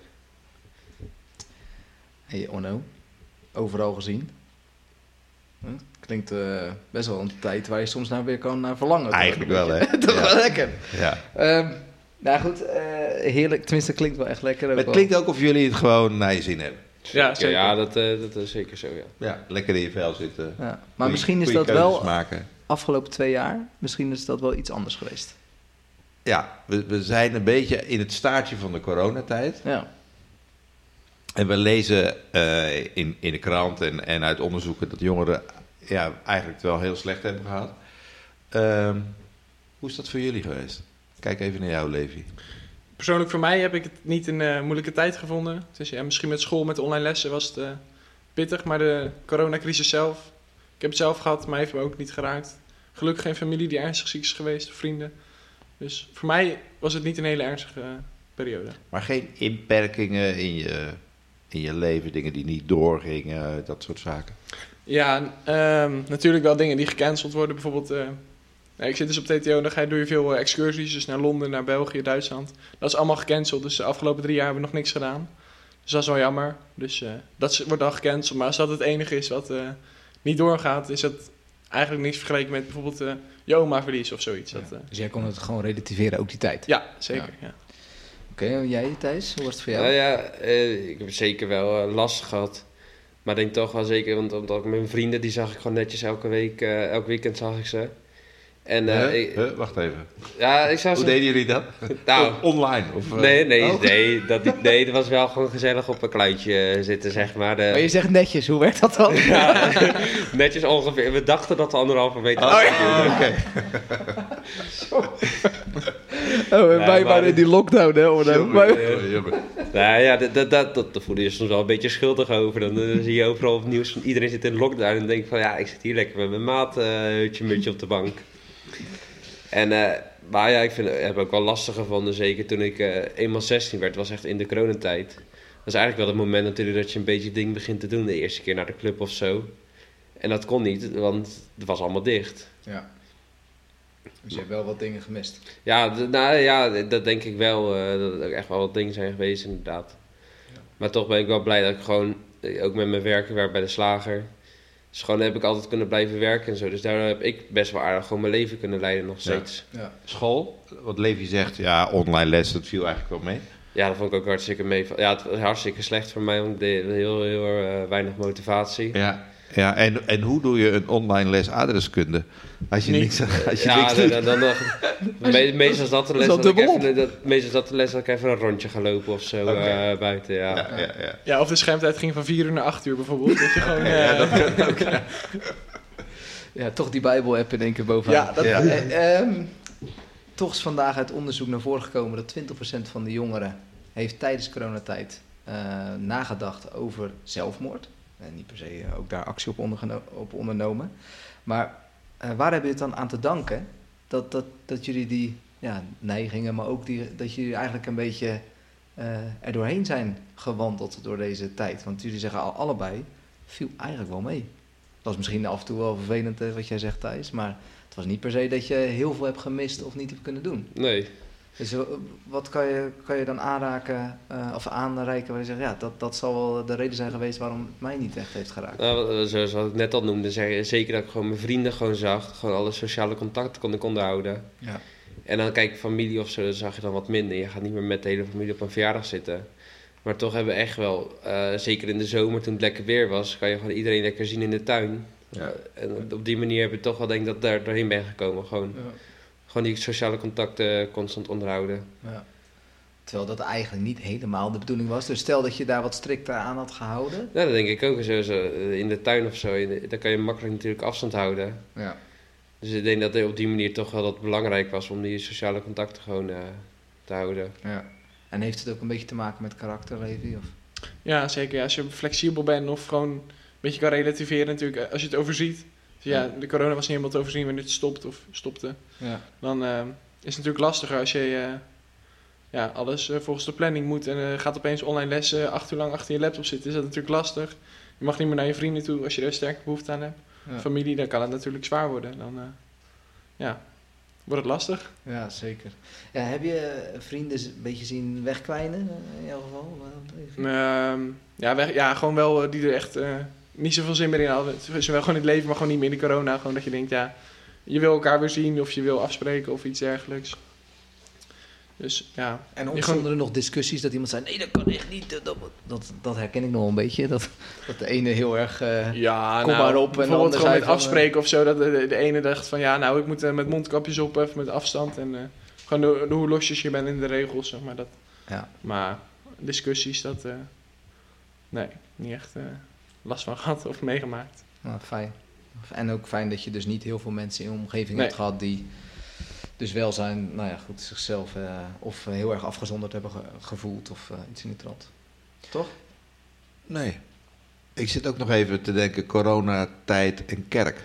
Speaker 3: Hey Onno, overal gezien. Klinkt best wel een tijd waar je soms naar weer kan verlangen.
Speaker 2: Eigenlijk wel, hè?
Speaker 3: Toch wel lekker.
Speaker 2: Ja.
Speaker 3: Nou goed, heerlijk. Tenminste, klinkt wel echt lekker.
Speaker 2: Maar het klinkt ook of jullie het gewoon naar je zin hebben.
Speaker 5: Ja, zeker.
Speaker 4: Ja, dat is zeker zo, ja.
Speaker 2: Ja, lekker in je vel zitten.
Speaker 3: Ja. Maar misschien is dat
Speaker 2: keuzes
Speaker 3: wel
Speaker 2: maken.
Speaker 3: afgelopen 2 jaar. Misschien is dat wel iets anders geweest.
Speaker 2: Ja, we zijn een beetje in het staartje van de coronatijd.
Speaker 3: Ja.
Speaker 2: En we lezen in de krant en uit onderzoeken dat jongeren eigenlijk het wel heel slecht hebben gehad. Hoe is dat voor jullie geweest? Kijk even naar jou, Levi.
Speaker 5: Persoonlijk voor mij heb ik het niet een moeilijke tijd gevonden. Dus ja, misschien met school, met de online lessen was het pittig. Maar de coronacrisis zelf, ik heb het zelf gehad, maar heeft me ook niet geraakt. Gelukkig geen familie die ernstig ziek is geweest, of vrienden. Dus voor mij was het niet een hele ernstige periode.
Speaker 2: Maar geen inperkingen in je leven, dingen die niet doorgingen, dat soort zaken?
Speaker 5: Ja, natuurlijk wel dingen die gecanceld worden. Bijvoorbeeld, ik zit dus op TTO en dan doe je veel excursies. Dus naar Londen, naar België, Duitsland. Dat is allemaal gecanceld. Dus de afgelopen 3 jaar hebben we nog niks gedaan. Dus dat is wel jammer. Dus dat wordt dan gecanceld. Maar als dat het enige is wat niet doorgaat, is dat eigenlijk niks vergeleken met bijvoorbeeld je oma verlies of zoiets.
Speaker 3: Ja.
Speaker 5: Dat,
Speaker 3: Dus jij kon het gewoon relativeren, ook die tijd?
Speaker 5: ja, zeker. Ja.
Speaker 3: Oké, jij Thijs, hoe was het voor jou?
Speaker 4: Nou ja, ik heb zeker wel last gehad. Maar ik denk toch wel zeker, want omdat ik met mijn vrienden, die zag ik gewoon netjes elk weekend zag ik ze. En,
Speaker 2: wacht even.
Speaker 4: Ja, ik zou
Speaker 2: Hoe deden jullie dat?
Speaker 4: Nou,
Speaker 2: Online? Of,
Speaker 4: nee, dat was wel gewoon gezellig op een kluitje zitten, zeg maar.
Speaker 3: Maar je zegt netjes, hoe werkt dat dan?
Speaker 4: Ja, netjes ongeveer. We dachten dat we 1,5 meter
Speaker 2: Oké.
Speaker 3: Wij waren in die lockdown, hè?
Speaker 2: Jammer.
Speaker 4: Nou ja, dat voelde je soms wel een beetje schuldig over. Dan zie je overal op nieuws van iedereen zit in lockdown. En dan denk ik van, ja, ik zit hier lekker met mijn maat hutje op de bank. En, maar ja, heb ook wel lastig gevonden, zeker toen ik eenmaal 16 werd. Was echt in de coronatijd. Dat is eigenlijk wel het moment natuurlijk dat je een beetje ding begint te doen. De eerste keer naar de club of zo. En dat kon niet, want het was allemaal dicht.
Speaker 3: Ja. Dus je hebt wel wat dingen gemist.
Speaker 4: Ja, dat denk ik wel. Dat er echt wel wat dingen zijn geweest, inderdaad. Ja. Maar toch ben ik wel blij dat ik gewoon, ook met mijn werk bij de slager. Dus gewoon heb ik altijd kunnen blijven werken en zo. Dus daardoor heb ik best wel aardig gewoon mijn leven kunnen leiden nog steeds.
Speaker 3: Ja.
Speaker 2: School, wat Levi zegt, ja, online les, dat viel eigenlijk wel mee.
Speaker 4: Ja, dat vond ik ook hartstikke mee. Ja, het was hartstikke slecht voor mij, want ik deed heel weinig motivatie.
Speaker 2: Ja, en hoe doe je een online les aardrijkskunde? Als je niks doet.
Speaker 4: Meestal is dat de les dat ik even een rondje ga lopen of zo buiten.
Speaker 5: Ja, of de schermtijd ging van 4 uur naar 8 uur bijvoorbeeld. Dat je gewoon,
Speaker 2: dat kan ook.
Speaker 3: Ja, toch die Bijbel-app in één keer bovenaan. Toch is vandaag uit onderzoek naar voren gekomen dat 20% van de jongeren heeft tijdens coronatijd nagedacht over zelfmoord. Niet per se ook daar actie op ondernomen. Maar waar hebben jullie het dan aan te danken? Dat jullie die neigingen, maar ook dat jullie eigenlijk een beetje er doorheen zijn gewandeld door deze tijd. Want jullie zeggen allebei, viel eigenlijk wel mee. Dat was misschien af en toe wel vervelend wat jij zegt, Thijs. Maar het was niet per se dat je heel veel hebt gemist of niet hebt kunnen doen.
Speaker 4: Nee.
Speaker 3: Dus wat kan je dan aanraken of aanreiken waar je zegt, ja, dat zal wel de reden zijn geweest waarom het mij niet echt heeft geraakt?
Speaker 4: Nou, zoals ik net al noemde, zeker dat ik gewoon mijn vrienden gewoon zag, gewoon alle sociale contacten kon onderhouden.
Speaker 3: Ja.
Speaker 4: En dan kijk familie of zo, dan zag je dan wat minder. Je gaat niet meer met de hele familie op een verjaardag zitten. Maar toch hebben we echt wel, zeker in de zomer toen het lekker weer was, kan je gewoon iedereen lekker zien in de tuin.
Speaker 2: Ja.
Speaker 4: En op die manier heb ik toch wel denk dat ik daar doorheen ben gekomen. Gewoon die sociale contacten constant onderhouden.
Speaker 3: Ja. Terwijl dat eigenlijk niet helemaal de bedoeling was. Dus stel dat je daar wat strikter aan had gehouden.
Speaker 4: Ja, dat denk ik ook. Zo, in de tuin of zo, daar kan je makkelijk natuurlijk afstand houden.
Speaker 3: Ja.
Speaker 4: Dus ik denk dat het op die manier toch wel dat belangrijk was om die sociale contacten gewoon te houden.
Speaker 3: Ja. En heeft het ook een beetje te maken met karakter, Levi? Of?
Speaker 5: Ja, zeker. Ja. Als je flexibel bent of gewoon een beetje kan relativeren natuurlijk. Als je het overziet, Dus ja, de corona was niet helemaal te overzien wanneer het stopt of stopte.
Speaker 3: Ja.
Speaker 5: Dan is het natuurlijk lastiger als je alles volgens de planning moet en gaat opeens online lessen 8 uur lang achter je laptop zitten. Is dat natuurlijk lastig. Je mag niet meer naar je vrienden toe als je daar sterk behoefte aan hebt.
Speaker 3: Ja.
Speaker 5: Familie, dan kan het natuurlijk zwaar worden. Dan wordt het lastig.
Speaker 3: Ja, zeker. Ja, heb je vrienden een beetje zien wegkwijnen in jouw geval?
Speaker 5: Gewoon wel die er echt niet zoveel zin meer in hadden. Zowel gewoon in het leven, maar gewoon niet meer in de corona. Gewoon dat je denkt, je wil elkaar weer zien of je wil afspreken of iets dergelijks. Dus ja.
Speaker 3: En ontstonden er nog discussies dat iemand zei, nee, dat kan echt niet. Dat herken ik nog wel een beetje. Dat de ene heel erg, kom maar op. En
Speaker 5: bijvoorbeeld
Speaker 3: de
Speaker 5: gewoon
Speaker 3: zei
Speaker 5: met afspreken of zo. Dat de ene dacht van, ik moet met mondkapjes op even met afstand. En gewoon hoe losjes je bent in de regels, zeg maar. Dat.
Speaker 3: Ja.
Speaker 5: Maar discussies, nee, niet echt last van gehad of meegemaakt.
Speaker 3: Nou, fijn. En ook fijn dat je dus niet heel veel mensen in je omgeving hebt gehad die dus wel zijn, zichzelf of heel erg afgezonderd hebben gevoeld of iets in die trant. Toch?
Speaker 2: Nee. Ik zit ook nog even te denken, coronatijd en kerk.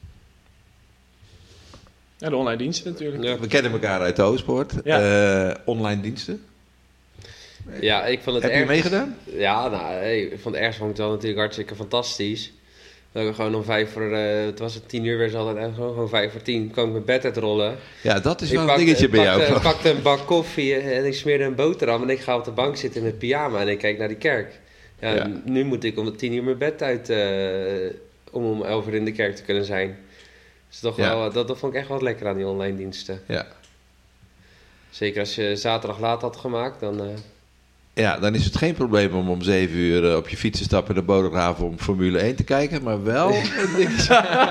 Speaker 5: Ja, de online diensten natuurlijk.
Speaker 4: Ja.
Speaker 2: We kennen elkaar uit de Oostpoort.
Speaker 5: Ja.
Speaker 2: Online diensten.
Speaker 4: Ja, ik vond het
Speaker 2: Heb je meegedaan?
Speaker 4: Ja, ik vond het ergste vond ik wel natuurlijk hartstikke fantastisch. Dat ik gewoon om 10 uur weer altijd gewoon 9:55 kwam ik mijn bed uitrollen.
Speaker 2: Ja, dat is wel een dingetje bij jou.
Speaker 4: Ik pakte een bak koffie en ik smeerde een boterham en ik ga op de bank zitten met pyjama en ik kijk naar die kerk. Ja. Nu moet ik om 10 uur mijn bed uit om 11 uur in de kerk te kunnen zijn. Dus toch wel, dat vond ik echt wel lekker aan die online diensten.
Speaker 2: Ja.
Speaker 4: Zeker als je zaterdag laat had gemaakt, dan...
Speaker 2: Ja, dan is het geen probleem om 7 uur op je fiets te stappen naar Bodegraven om Formule 1 te kijken, maar wel een dingetje.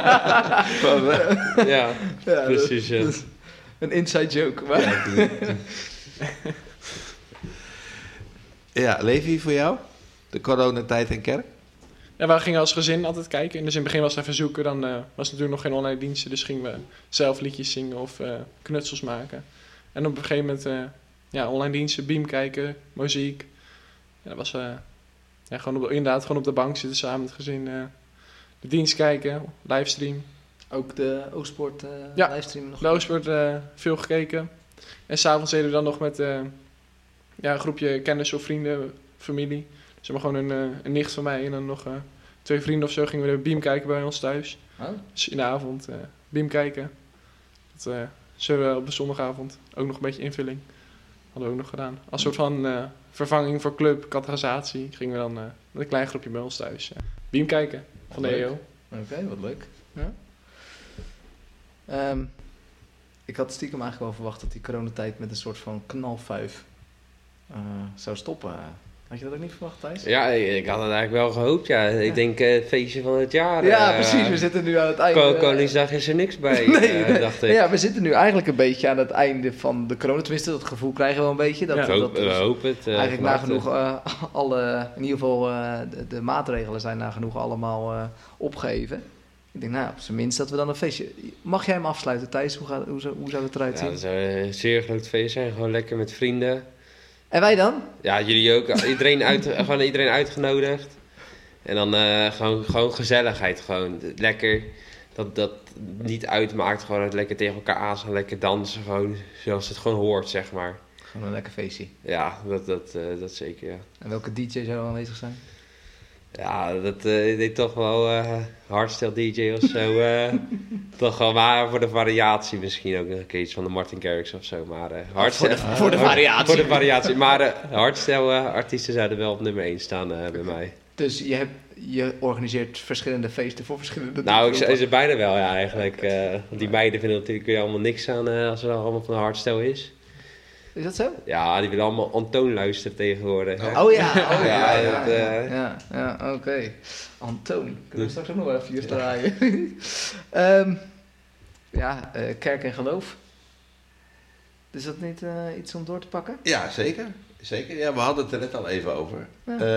Speaker 4: Ja, precies. Ja.
Speaker 3: Een inside joke. Maar.
Speaker 2: Ja, Levi, voor jou? De coronatijd en kerk?
Speaker 5: Ja, we gingen als gezin altijd kijken. Dus in het begin was het even zoeken. Dan was er natuurlijk nog geen online diensten. Dus gingen we zelf liedjes zingen of knutsels maken. En op een gegeven moment online diensten, Beam kijken, muziek. Ja, dat was gewoon op de bank zitten samen met het gezin. De dienst kijken, livestream.
Speaker 3: Ook de Oostpoort livestream nog?
Speaker 5: De Oostpoort veel gekeken. En s'avonds deden we dan nog met een groepje kennis of vrienden, familie. Dus we gewoon een nicht van mij en dan nog 2 vrienden of zo gingen we de Beam kijken bij ons thuis.
Speaker 3: Oh.
Speaker 5: Dus in de avond Beam kijken. Dat zullen we op de zondagavond ook nog een beetje invulling. Hadden we ook nog gedaan. Als soort van vervanging voor club, categorisatie, gingen we dan met een klein groepje bij ons thuis. Beam kijken van de EO.
Speaker 3: Oké, wat leuk.
Speaker 5: Ja.
Speaker 3: Ik had stiekem eigenlijk wel verwacht dat die coronatijd met een soort van knalfuif zou stoppen. Had je dat ook niet verwacht, Thijs?
Speaker 4: Ja, ik had het eigenlijk wel gehoopt, ja. Ik denk feestje van het jaar.
Speaker 3: Ja, precies. We zitten nu aan het einde.
Speaker 4: Koningsdag is er niks bij, dacht ik.
Speaker 3: Ja, we zitten nu eigenlijk een beetje aan het einde van de corona. Tenminste, dat gevoel krijgen we wel een beetje.
Speaker 4: We hopen het.
Speaker 3: Eigenlijk nagenoeg in ieder geval de maatregelen zijn nagenoeg allemaal opgeheven. Ik denk, op zijn minst dat we dan een feestje... Mag jij hem afsluiten, Thijs? Hoe zou het eruit zien?
Speaker 4: Ja, dat zou een zeer groot feest zijn. Gewoon lekker met vrienden.
Speaker 3: En wij dan?
Speaker 4: Ja, jullie ook. Gewoon iedereen uitgenodigd. En dan gewoon gezelligheid. Gewoon lekker. Dat niet uitmaakt. Gewoon het lekker tegen elkaar aan. Lekker dansen. Gewoon zoals het gewoon hoort, zeg maar.
Speaker 3: Gewoon een lekker feestje.
Speaker 4: Ja, dat zeker, ja.
Speaker 3: En welke DJ zou er aanwezig zijn?
Speaker 4: Ja, dat deed toch wel hardstyle DJ of zo. Toch wel, maar voor de variatie misschien ook nog een keer iets van de Martin Garrix of zo. Maar
Speaker 3: voor de variatie.
Speaker 4: Voor de variatie. Maar hardstyle artiesten zouden wel op nummer 1 staan bij mij.
Speaker 3: Dus je organiseert verschillende feesten voor verschillende...
Speaker 4: Nou, ik is het bijna wel, ja, eigenlijk. Die meiden vinden natuurlijk weer allemaal niks aan als er allemaal van de hardstyle is.
Speaker 3: Is dat zo?
Speaker 4: Ja, die willen allemaal Antoon luisteren tegenwoordig. Hè?
Speaker 3: Oh ja, oké. Antoon, kunnen we straks ook nog wel even draaien. Kerk en geloof. Is dat niet iets om door te pakken?
Speaker 2: Ja, zeker. Zeker. Ja, we hadden het er net al even over.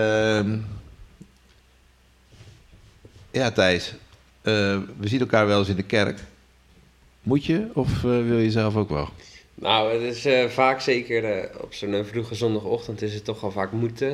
Speaker 2: Ja, Thijs. We zien elkaar wel eens in de kerk. Moet je of wil je zelf ook wel?
Speaker 4: Nou, het is vaak zeker op zo'n vroege zondagochtend is het toch wel vaak moeten.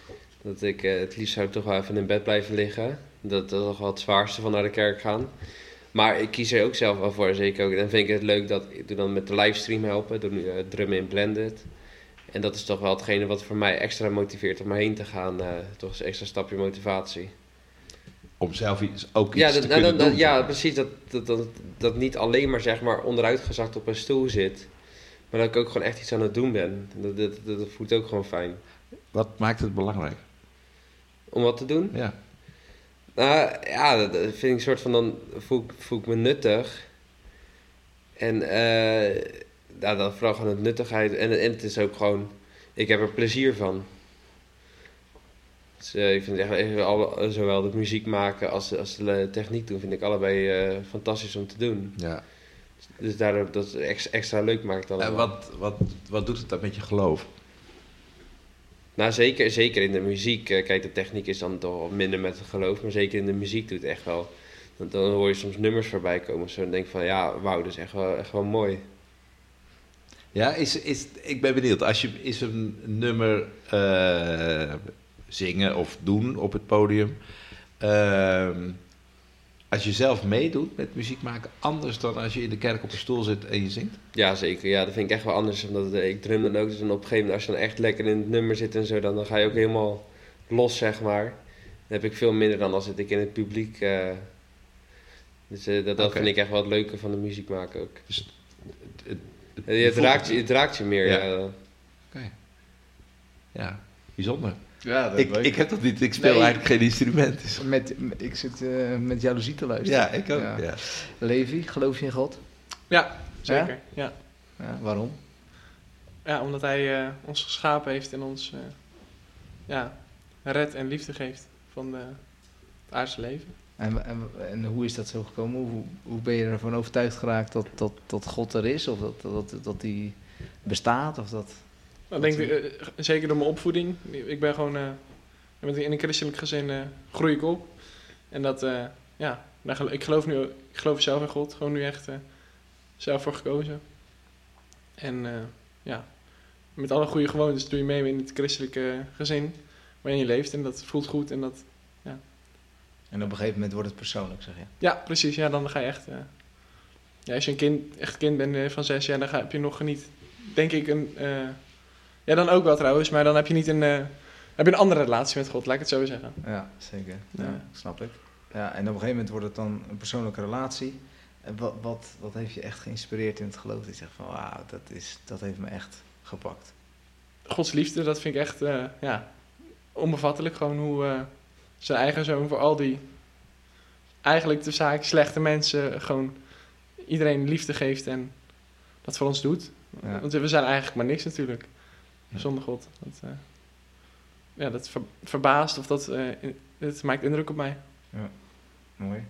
Speaker 4: Dat ik het liefst zou toch wel even in bed blijven liggen. Dat is toch wel het zwaarste van naar de kerk gaan. Maar ik kies er ook zelf wel voor, zeker ook. Dan vind ik het leuk dat ik doe dan met de livestream helpen, door drummen in Blended. En dat is toch wel hetgene wat voor mij extra motiveert om erheen te gaan. Toch een extra stapje motivatie.
Speaker 2: Om zelf iets te kunnen doen.
Speaker 4: Ja, precies. Dat niet alleen maar, zeg maar onderuitgezakt op een stoel zit. Maar dat ik ook gewoon echt iets aan het doen ben. Dat voelt ook gewoon fijn.
Speaker 2: Wat maakt het belangrijk?
Speaker 4: Om wat te doen?
Speaker 2: Ja.
Speaker 4: Dat vind ik een soort van, dan voel ik me nuttig. En dan vooral gewoon het nuttigheid. En het is ook gewoon, ik heb er plezier van. Dus, ik vind het echt zowel de muziek maken als de techniek doen, vind ik allebei fantastisch om te doen.
Speaker 2: Ja.
Speaker 4: Dus daardoor dat het extra leuk maakt allemaal.
Speaker 2: Wat doet het dan met je geloof?
Speaker 4: Nou, zeker in de muziek. Kijk, de techniek is dan toch minder met het geloof, maar zeker in de muziek doet het echt wel. Dan hoor je soms nummers voorbij komen. Zo dan denk ik van, ja, wauw, dat is echt wel mooi.
Speaker 2: Ja, ik ben benieuwd. Is een nummer zingen of doen op het podium, als je zelf meedoet met muziek maken, anders dan als je in de kerk op een stoel zit en je zingt?
Speaker 4: Ja, zeker. Ja, dat vind ik echt wel anders. Omdat ik drum dan ook. Dus dan op een gegeven moment, als je dan echt lekker in het nummer zit en zo, dan ga je ook helemaal los, zeg maar. Dan heb ik veel minder dan als zit ik in het publiek. Dus dat vind ik echt wel het leuke van de muziek maken ook. Dus het raakt je meer.
Speaker 2: Ja. Oké. Ja, bijzonder.
Speaker 3: Ja,
Speaker 2: ik heb dat niet. Ik speel eigenlijk geen instrument. Dus.
Speaker 3: Ik zit met jaloezie te luisteren.
Speaker 2: Ja, ik ook. Ja.
Speaker 3: Levi, geloof je in God?
Speaker 5: Ja, zeker. Ja?
Speaker 3: Waarom?
Speaker 5: Ja, omdat hij ons geschapen heeft en ons red en liefde geeft van het aardse leven.
Speaker 3: En hoe is dat zo gekomen? Hoe ben je ervan overtuigd geraakt dat God er is? Of dat hij bestaat? Of dat...
Speaker 5: Nou, denk ik, zeker door mijn opvoeding. Ik ben gewoon in een christelijk gezin groei ik op. En dat, ik geloof zelf in God. Gewoon nu echt zelf voor gekozen. En met alle goede gewoontes doe je mee in het christelijke gezin waarin je leeft. En dat voelt goed. En dat, ja.
Speaker 3: En op een gegeven moment wordt het persoonlijk, zeg je?
Speaker 5: Ja, precies. Ja, dan ga je echt... als je echt kind bent van 6 jaar, dan heb je nog niet, denk ik, ja, dan ook wel trouwens, maar dan heb je niet heb je een andere relatie met God, laat ik het zo zeggen.
Speaker 3: Ja, zeker. Ja, snap ik. Ja, en op een gegeven moment wordt het dan een persoonlijke relatie. En wat heeft je echt geïnspireerd in het geloof? Dat je zegt van, wauw, dat heeft me echt gepakt.
Speaker 5: Gods liefde, dat vind ik echt onbevattelijk. Gewoon hoe zijn eigen zoon voor al die eigenlijk de zaak slechte mensen gewoon iedereen liefde geeft en dat voor ons doet. Ja. Want we zijn eigenlijk maar niks natuurlijk. Zonder God. Dat verbaast of het maakt indruk op mij.
Speaker 3: Ja, mooi.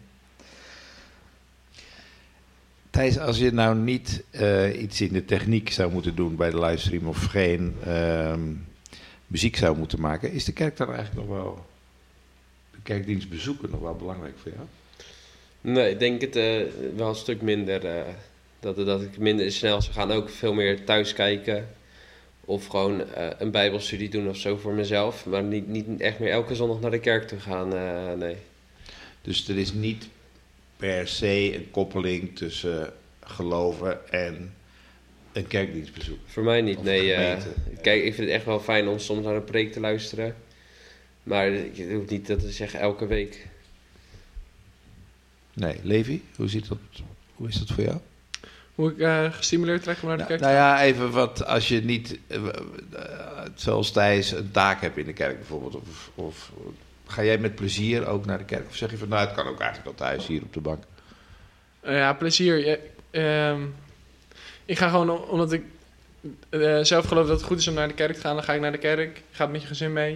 Speaker 2: Thijs, als je nou niet iets in de techniek zou moeten doen bij de livestream of geen muziek zou moeten maken, is de kerk dan eigenlijk nog wel, de kerkdienst bezoeken nog wel belangrijk voor jou?
Speaker 4: Nee, ik denk het wel een stuk minder. Dat ik minder snel zou gaan, ook veel meer thuis kijken. Of gewoon een bijbelstudie doen of zo voor mezelf. Maar niet echt meer elke zondag naar de kerk toe gaan, nee.
Speaker 2: Dus er is niet per se een koppeling tussen geloven en een kerkdienstbezoek?
Speaker 4: Voor mij niet, nee. Kijk, ik vind het echt wel fijn om soms naar een preek te luisteren. Maar je hoeft niet dat te zeggen elke week.
Speaker 2: Nee, Levi, hoe is dat voor jou?
Speaker 5: Hoe ik gestimuleerd trek om naar de kerk te gaan?
Speaker 2: Nou ja, even wat als je niet, zoals Thijs, een taak hebt in de kerk bijvoorbeeld. Of ga jij met plezier ook naar de kerk? Of zeg je van, nou, het kan ook eigenlijk wel thuis, hier op de bank?
Speaker 5: Ja, plezier. Ik ga gewoon, omdat ik zelf geloof dat het goed is om naar de kerk te gaan, dan ga ik naar de kerk. Ga met je gezin mee.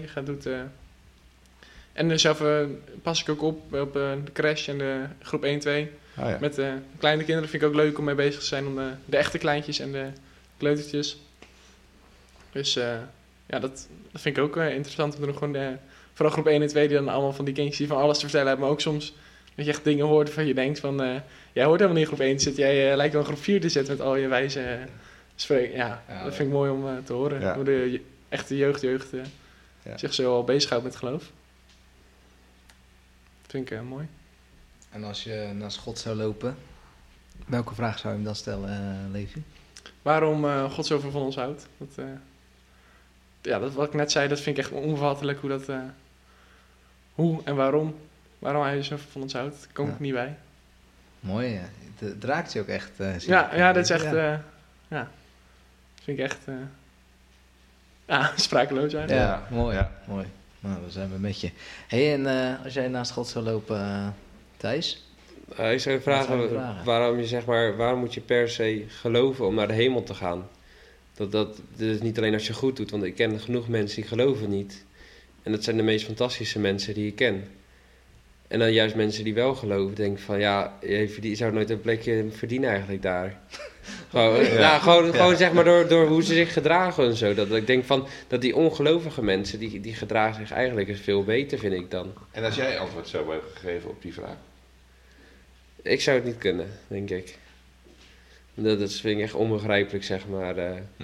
Speaker 5: En zelf pas ik ook op de crash en de groep 1, 2.
Speaker 2: Oh ja.
Speaker 5: Met kleine kinderen vind ik ook leuk om mee bezig te zijn. Om de echte kleintjes en de kleutertjes. Dus dat vind ik ook interessant om te doen. Gewoon vooral groep 1 en 2 die dan allemaal van die kindjes die van alles te vertellen hebben. Maar ook soms dat je echt dingen hoort waarvan je denkt van... jij hoort helemaal niet in groep 1 te zitten. Jij lijkt wel in groep 4 te zitten met al je wijze spreken. Ja, dat vind ik mooi om te horen. Ja. Hoe de echte jeugd zich zo al bezighoudt met geloof. Dat vind ik mooi.
Speaker 3: En als je naast God zou lopen, welke vraag zou je hem dan stellen, Levi?
Speaker 5: Waarom God zoveel van ons houdt. Dat wat ik net zei, dat vind ik echt onbevattelijk hoe en waarom hij zoveel van ons houdt. Daar kom ik niet bij.
Speaker 3: Mooi, ja. Het raakt je ook echt.
Speaker 5: Dat is echt, dat vind ik echt, sprakeloos eigenlijk.
Speaker 3: Ja, mooi. Ja. Mooi. Nou, dan zijn we met je. Hey, en als jij naast God zou lopen, Thijs?
Speaker 4: Ik zou je vragen waarom moet je per se geloven om naar de hemel te gaan? Dat is niet alleen als je goed doet, want ik ken genoeg mensen die geloven niet. En dat zijn de meest fantastische mensen die ik ken. En dan juist mensen die wel geloven, denk ik van je zou nooit een plekje verdienen eigenlijk daar. Gewoon zeg maar door hoe ze zich gedragen en zo. Dat ik denk van dat die ongelovige mensen, die gedragen zich eigenlijk veel beter, vind ik dan.
Speaker 2: En als jij antwoord zou hebben gegeven op die vraag?
Speaker 4: Ik zou het niet kunnen, denk ik. Dat vind ik echt onbegrijpelijk, zeg maar.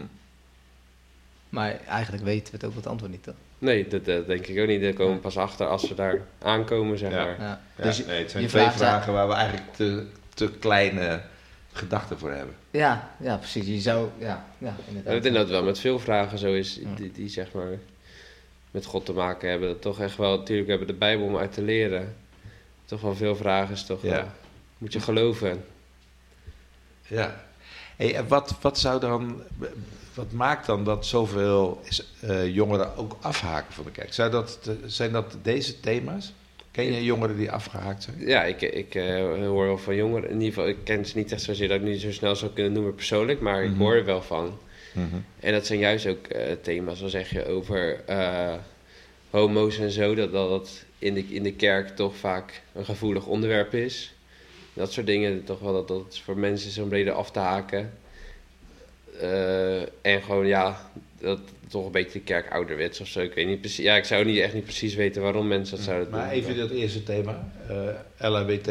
Speaker 3: Maar eigenlijk weten we het ook het antwoord niet, toch?
Speaker 4: Nee, dat denk ik ook niet. Daar komen we pas achter als we daar aankomen, zeg maar.
Speaker 3: Ja.
Speaker 2: Ja,
Speaker 3: Dus
Speaker 2: het zijn
Speaker 3: je
Speaker 2: twee
Speaker 3: vraagt
Speaker 2: vragen waar we eigenlijk te kleine gedachten voor hebben.
Speaker 3: Ja, precies. Je zou, inderdaad.
Speaker 4: Ik denk dat het wel met veel vragen zo is, die zeg maar met God te maken hebben. Dat toch echt wel, natuurlijk hebben we de Bijbel om uit te leren. Toch wel veel vragen is toch wel, moet je geloven.
Speaker 2: Ja. Hey, en wat maakt dan dat zoveel jongeren ook afhaken van de kerk? Zijn dat deze thema's? Ken je jongeren die afgehaakt zijn?
Speaker 4: Ja, ik hoor wel van jongeren. In ieder geval, ik ken ze niet echt zozeer dat ik niet zo snel zou kunnen noemen persoonlijk, maar ik hoor er wel van. Mm-hmm. En dat zijn juist ook thema's, dan zeg je over homo's en zo, dat in de kerk toch vaak een gevoelig onderwerp is. Dat soort dingen, toch wel dat het voor mensen zo'n breder af te haken. En gewoon, dat toch een beetje de kerk ouderwets of zo. Ik weet niet precies. Ja, ik zou echt niet precies weten waarom mensen dat zouden doen.
Speaker 2: Maar even dat eerste thema, LHBT.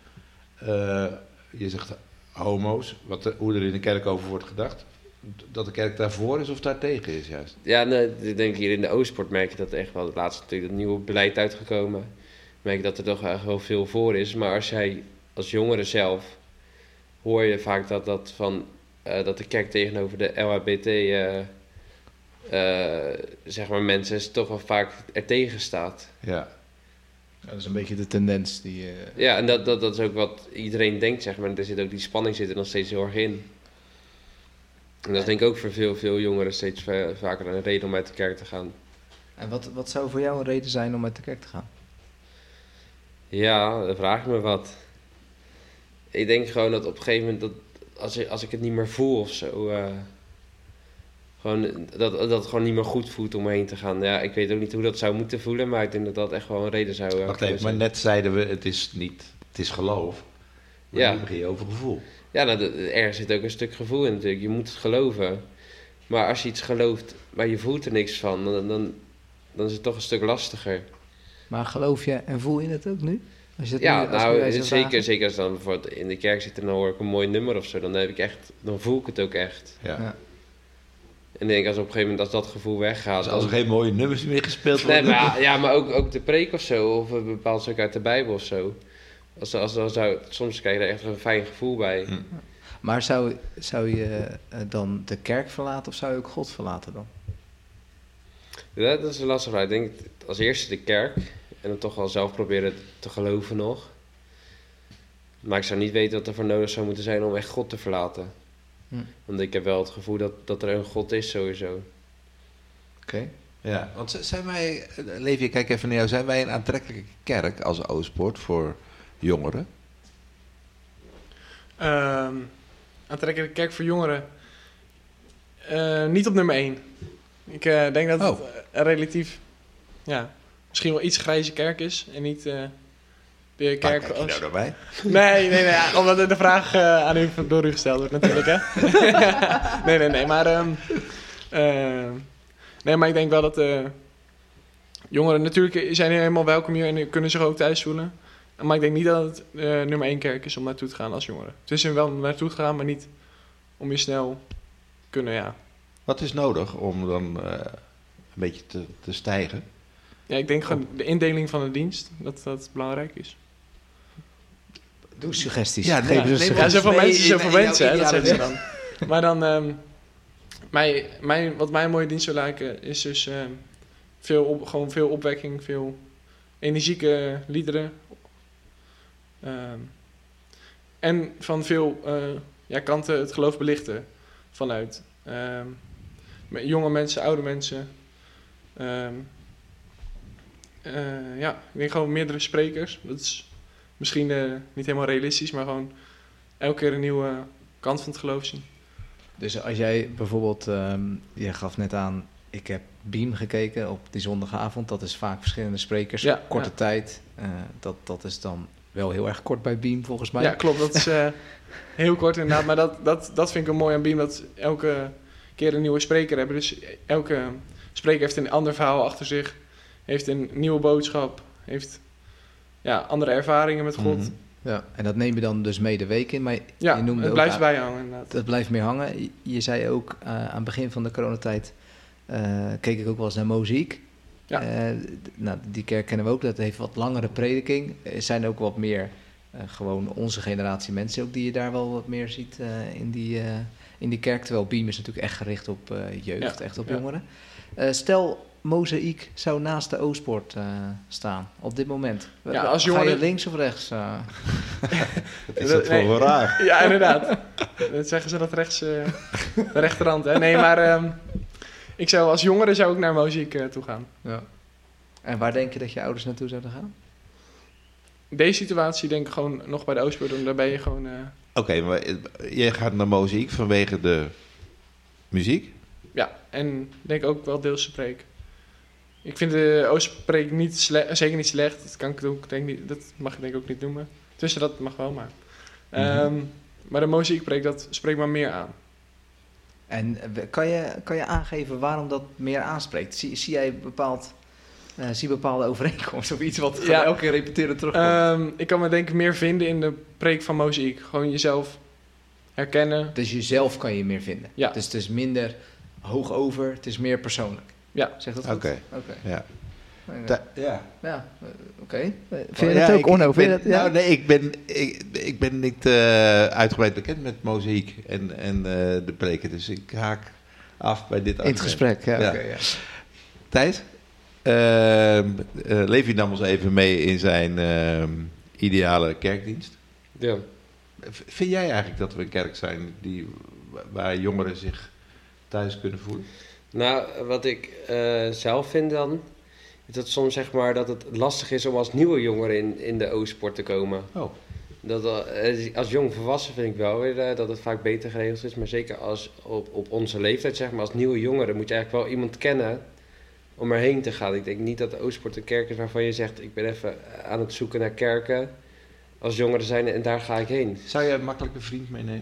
Speaker 2: Je zegt homo's, hoe er in de kerk over wordt gedacht. Dat de kerk daarvoor is of daartegen is juist?
Speaker 4: Ja, nee, ik denk hier in de Oostpoort merk je dat echt wel. Het laatste natuurlijk het nieuwe beleid uitgekomen. Merk je dat er toch echt wel veel voor is. Maar als jij als jongere zelf hoor je vaak dat de kerk tegenover de LHBT zeg maar mensen toch wel vaak er tegen staat.
Speaker 2: Ja.
Speaker 3: Dat is een beetje de tendens die...
Speaker 4: Ja, en dat is ook wat iedereen denkt, zeg maar. Er zit ook die spanning zit er nog steeds heel erg in. En dat is denk ik ook voor veel jongeren steeds vaker een reden om uit de kerk te gaan. En
Speaker 3: wat zou voor jou een reden zijn om uit de kerk te gaan?
Speaker 4: Ja, dan vraag ik me wat. Ik denk gewoon dat op een gegeven moment, als ik het niet meer voel of zo, gewoon, dat het gewoon niet meer goed voelt om heen te gaan. Ja, ik weet ook niet hoe dat zou moeten voelen, maar ik denk dat dat echt wel een reden zou
Speaker 2: Wacht even, maar net zeiden we, het is geloof. Maar nu begin je over gevoel.
Speaker 4: Ja, ergens zit ook een stuk gevoel in natuurlijk. Je moet het geloven. Maar als je iets gelooft, maar je voelt er niks van, dan is het toch een stuk lastiger.
Speaker 3: Maar geloof je en voel je het ook nu?
Speaker 4: Zeker als dan bijvoorbeeld in de kerk zit en dan hoor ik een mooi nummer of zo, dan voel ik het ook echt.
Speaker 2: Ja.
Speaker 4: En ik denk als op een gegeven moment als dat gevoel weggaat.
Speaker 2: Dus als er geen mooie nummers meer gespeeld worden.
Speaker 4: Nee, maar ook de preek of zo, of een bepaald stuk uit de Bijbel of zo. Soms krijg je er echt een fijn gevoel bij.
Speaker 3: Maar zou je dan de kerk verlaten of zou je ook God verlaten dan?
Speaker 4: Ja, dat is een lastige vraag. Ik denk als eerste de kerk. En dan toch wel zelf proberen te geloven nog. Maar ik zou niet weten wat er voor nodig zou moeten zijn om echt God te verlaten. Want ik heb wel het gevoel dat er een God is sowieso.
Speaker 2: Oké. Ja, want zijn wij, Levi, kijk even naar jou. Zijn wij een aantrekkelijke kerk als Oostpoort voor jongeren?
Speaker 5: Aantrekkelijke kerk voor jongeren? Niet op nummer 1. Ik denk dat het relatief... Ja, misschien wel iets grijze kerk is en niet de kerk
Speaker 2: als... nou daarbij?
Speaker 5: Nee, omdat de vraag aan u door u gesteld wordt natuurlijk, hè. nee, maar... maar ik denk wel dat jongeren natuurlijk zijn helemaal welkom hier en kunnen zich ook thuis voelen. Maar ik denk niet dat het nummer 1 kerk is om naartoe te gaan als jongeren. Het is er wel naartoe te gaan, maar niet om je snel kunnen, ja.
Speaker 2: Wat is nodig om dan een beetje te stijgen?
Speaker 5: Ja, ik denk gewoon de indeling van de dienst, dat belangrijk is.
Speaker 3: Doe suggesties.
Speaker 2: Ja,
Speaker 3: Geef eens
Speaker 2: nee,
Speaker 3: een
Speaker 5: Ja,
Speaker 3: suggestie.
Speaker 5: zoveel mensen,
Speaker 2: in-
Speaker 5: zoveel
Speaker 2: in
Speaker 5: mensen,
Speaker 2: jouw
Speaker 5: hè, dat zeggen ze
Speaker 2: ideale
Speaker 5: dan. Maar dan, wat mij een mooie dienst zou lijken, is dus gewoon veel opwekking, veel energieke liederen. En van veel kanten het geloof belichten vanuit. Met jonge mensen, oude mensen. Ik denk gewoon meerdere sprekers. Dat is misschien niet helemaal realistisch, maar gewoon elke keer een nieuwe kant van het geloof zien.
Speaker 3: Dus als jij bijvoorbeeld, je gaf net aan, ik heb Beam gekeken op die zondagavond. Dat is vaak verschillende sprekers,
Speaker 5: Ja,
Speaker 3: korte
Speaker 5: ja.
Speaker 3: tijd. Dat is dan wel heel erg kort bij Beam volgens mij.
Speaker 5: Ja, klopt. Dat is heel kort inderdaad. Maar dat vind ik wel mooi aan Beam, dat elke keer een nieuwe spreker hebben. Dus elke spreker heeft een ander verhaal achter zich. Heeft een nieuwe boodschap. Heeft andere ervaringen met God.
Speaker 2: Mhm.
Speaker 3: Ja, en dat neem je dan dus mee de week in. Maar
Speaker 5: Ja,
Speaker 3: je noemde
Speaker 5: het
Speaker 3: ook
Speaker 5: blijft
Speaker 3: aan-
Speaker 5: bijhangen inderdaad.
Speaker 3: Dat blijft meer hangen. Je zei ook aan het begin van de coronatijd keek ik ook wel eens naar Mozaïek.
Speaker 5: Ja.
Speaker 3: Die kerk kennen we ook. Dat heeft wat langere prediking. Er zijn ook wat meer gewoon onze generatie mensen ook die je daar wel wat meer ziet in die kerk. Terwijl Beam is natuurlijk echt gericht op jeugd,
Speaker 5: Ja,
Speaker 3: echt op
Speaker 5: ja.
Speaker 3: jongeren. Stel, Mozaïek zou naast de O-sport staan op dit moment.
Speaker 5: Ja, als
Speaker 3: Ga je
Speaker 5: jongeren-
Speaker 3: links of rechts?
Speaker 2: Is dat voor wel raar?
Speaker 5: Ja, inderdaad. Dat zeggen ze dat rechts, de rechterhand. Hè? Nee, maar ik zou als jongere zou ik naar muziek toe gaan.
Speaker 3: Ja. En waar denk je dat je ouders naartoe zouden gaan?
Speaker 5: Deze situatie denk ik gewoon nog bij de Oostpoort doen. Daar ben je gewoon...
Speaker 2: Oké, maar jij gaat naar Mozaïek vanwege de muziek?
Speaker 5: Ja, en denk ook wel deels spreek. Ik vind de Oostpreek niet zeker niet slecht. Dat kan ik ook, denk niet, dat mag ik denk ik ook niet noemen. Tussen dat mag wel, maar... Maar de muziekpreek, dat spreekt me meer aan.
Speaker 3: En kan je aangeven waarom dat meer aanspreekt? Zie jij bepaalde overeenkomsten of iets wat gewoon
Speaker 5: Ja.
Speaker 3: elke keer repeteren terugkomt?
Speaker 5: Ik kan me denk ik meer vinden in de preek van muziek. Gewoon jezelf herkennen.
Speaker 3: Dus jezelf kan je meer vinden.
Speaker 5: Ja.
Speaker 3: Dus het is minder hoog over, het is meer persoonlijk.
Speaker 5: Ja.
Speaker 3: Zeg dat goed?
Speaker 2: Oké.
Speaker 3: Oké.
Speaker 2: Ja. Ja.
Speaker 3: Ja, oké. Vind je dat ook, Onno? Vind je dat, ja?
Speaker 2: Nou, nee, ik ben niet uitgebreid bekend met Mozaïek en de preken. Dus ik haak af bij dit
Speaker 3: In het gesprek, ja.
Speaker 2: Ja.
Speaker 3: Oké, ja.
Speaker 2: Thijs, Levi nam ons even mee in zijn ideale kerkdienst.
Speaker 4: Ja.
Speaker 2: Vind jij eigenlijk dat we een kerk zijn waar jongeren zich thuis kunnen voelen?
Speaker 4: Nou, wat ik zelf vind dan, is dat soms zeg maar dat het lastig is om als nieuwe jongere in de O-sport te komen.
Speaker 2: Oh.
Speaker 4: Dat, als jong volwassen vind ik wel weer dat het vaak beter geregeld is, maar zeker als op onze leeftijd, zeg maar, als nieuwe jongere moet je eigenlijk wel iemand kennen om erheen te gaan. Ik denk niet dat de O-sport een kerk is waarvan je zegt, ik ben even aan het zoeken naar kerken als jongeren zijn en daar ga ik heen.
Speaker 2: Zou jij makkelijk een vriend meenemen?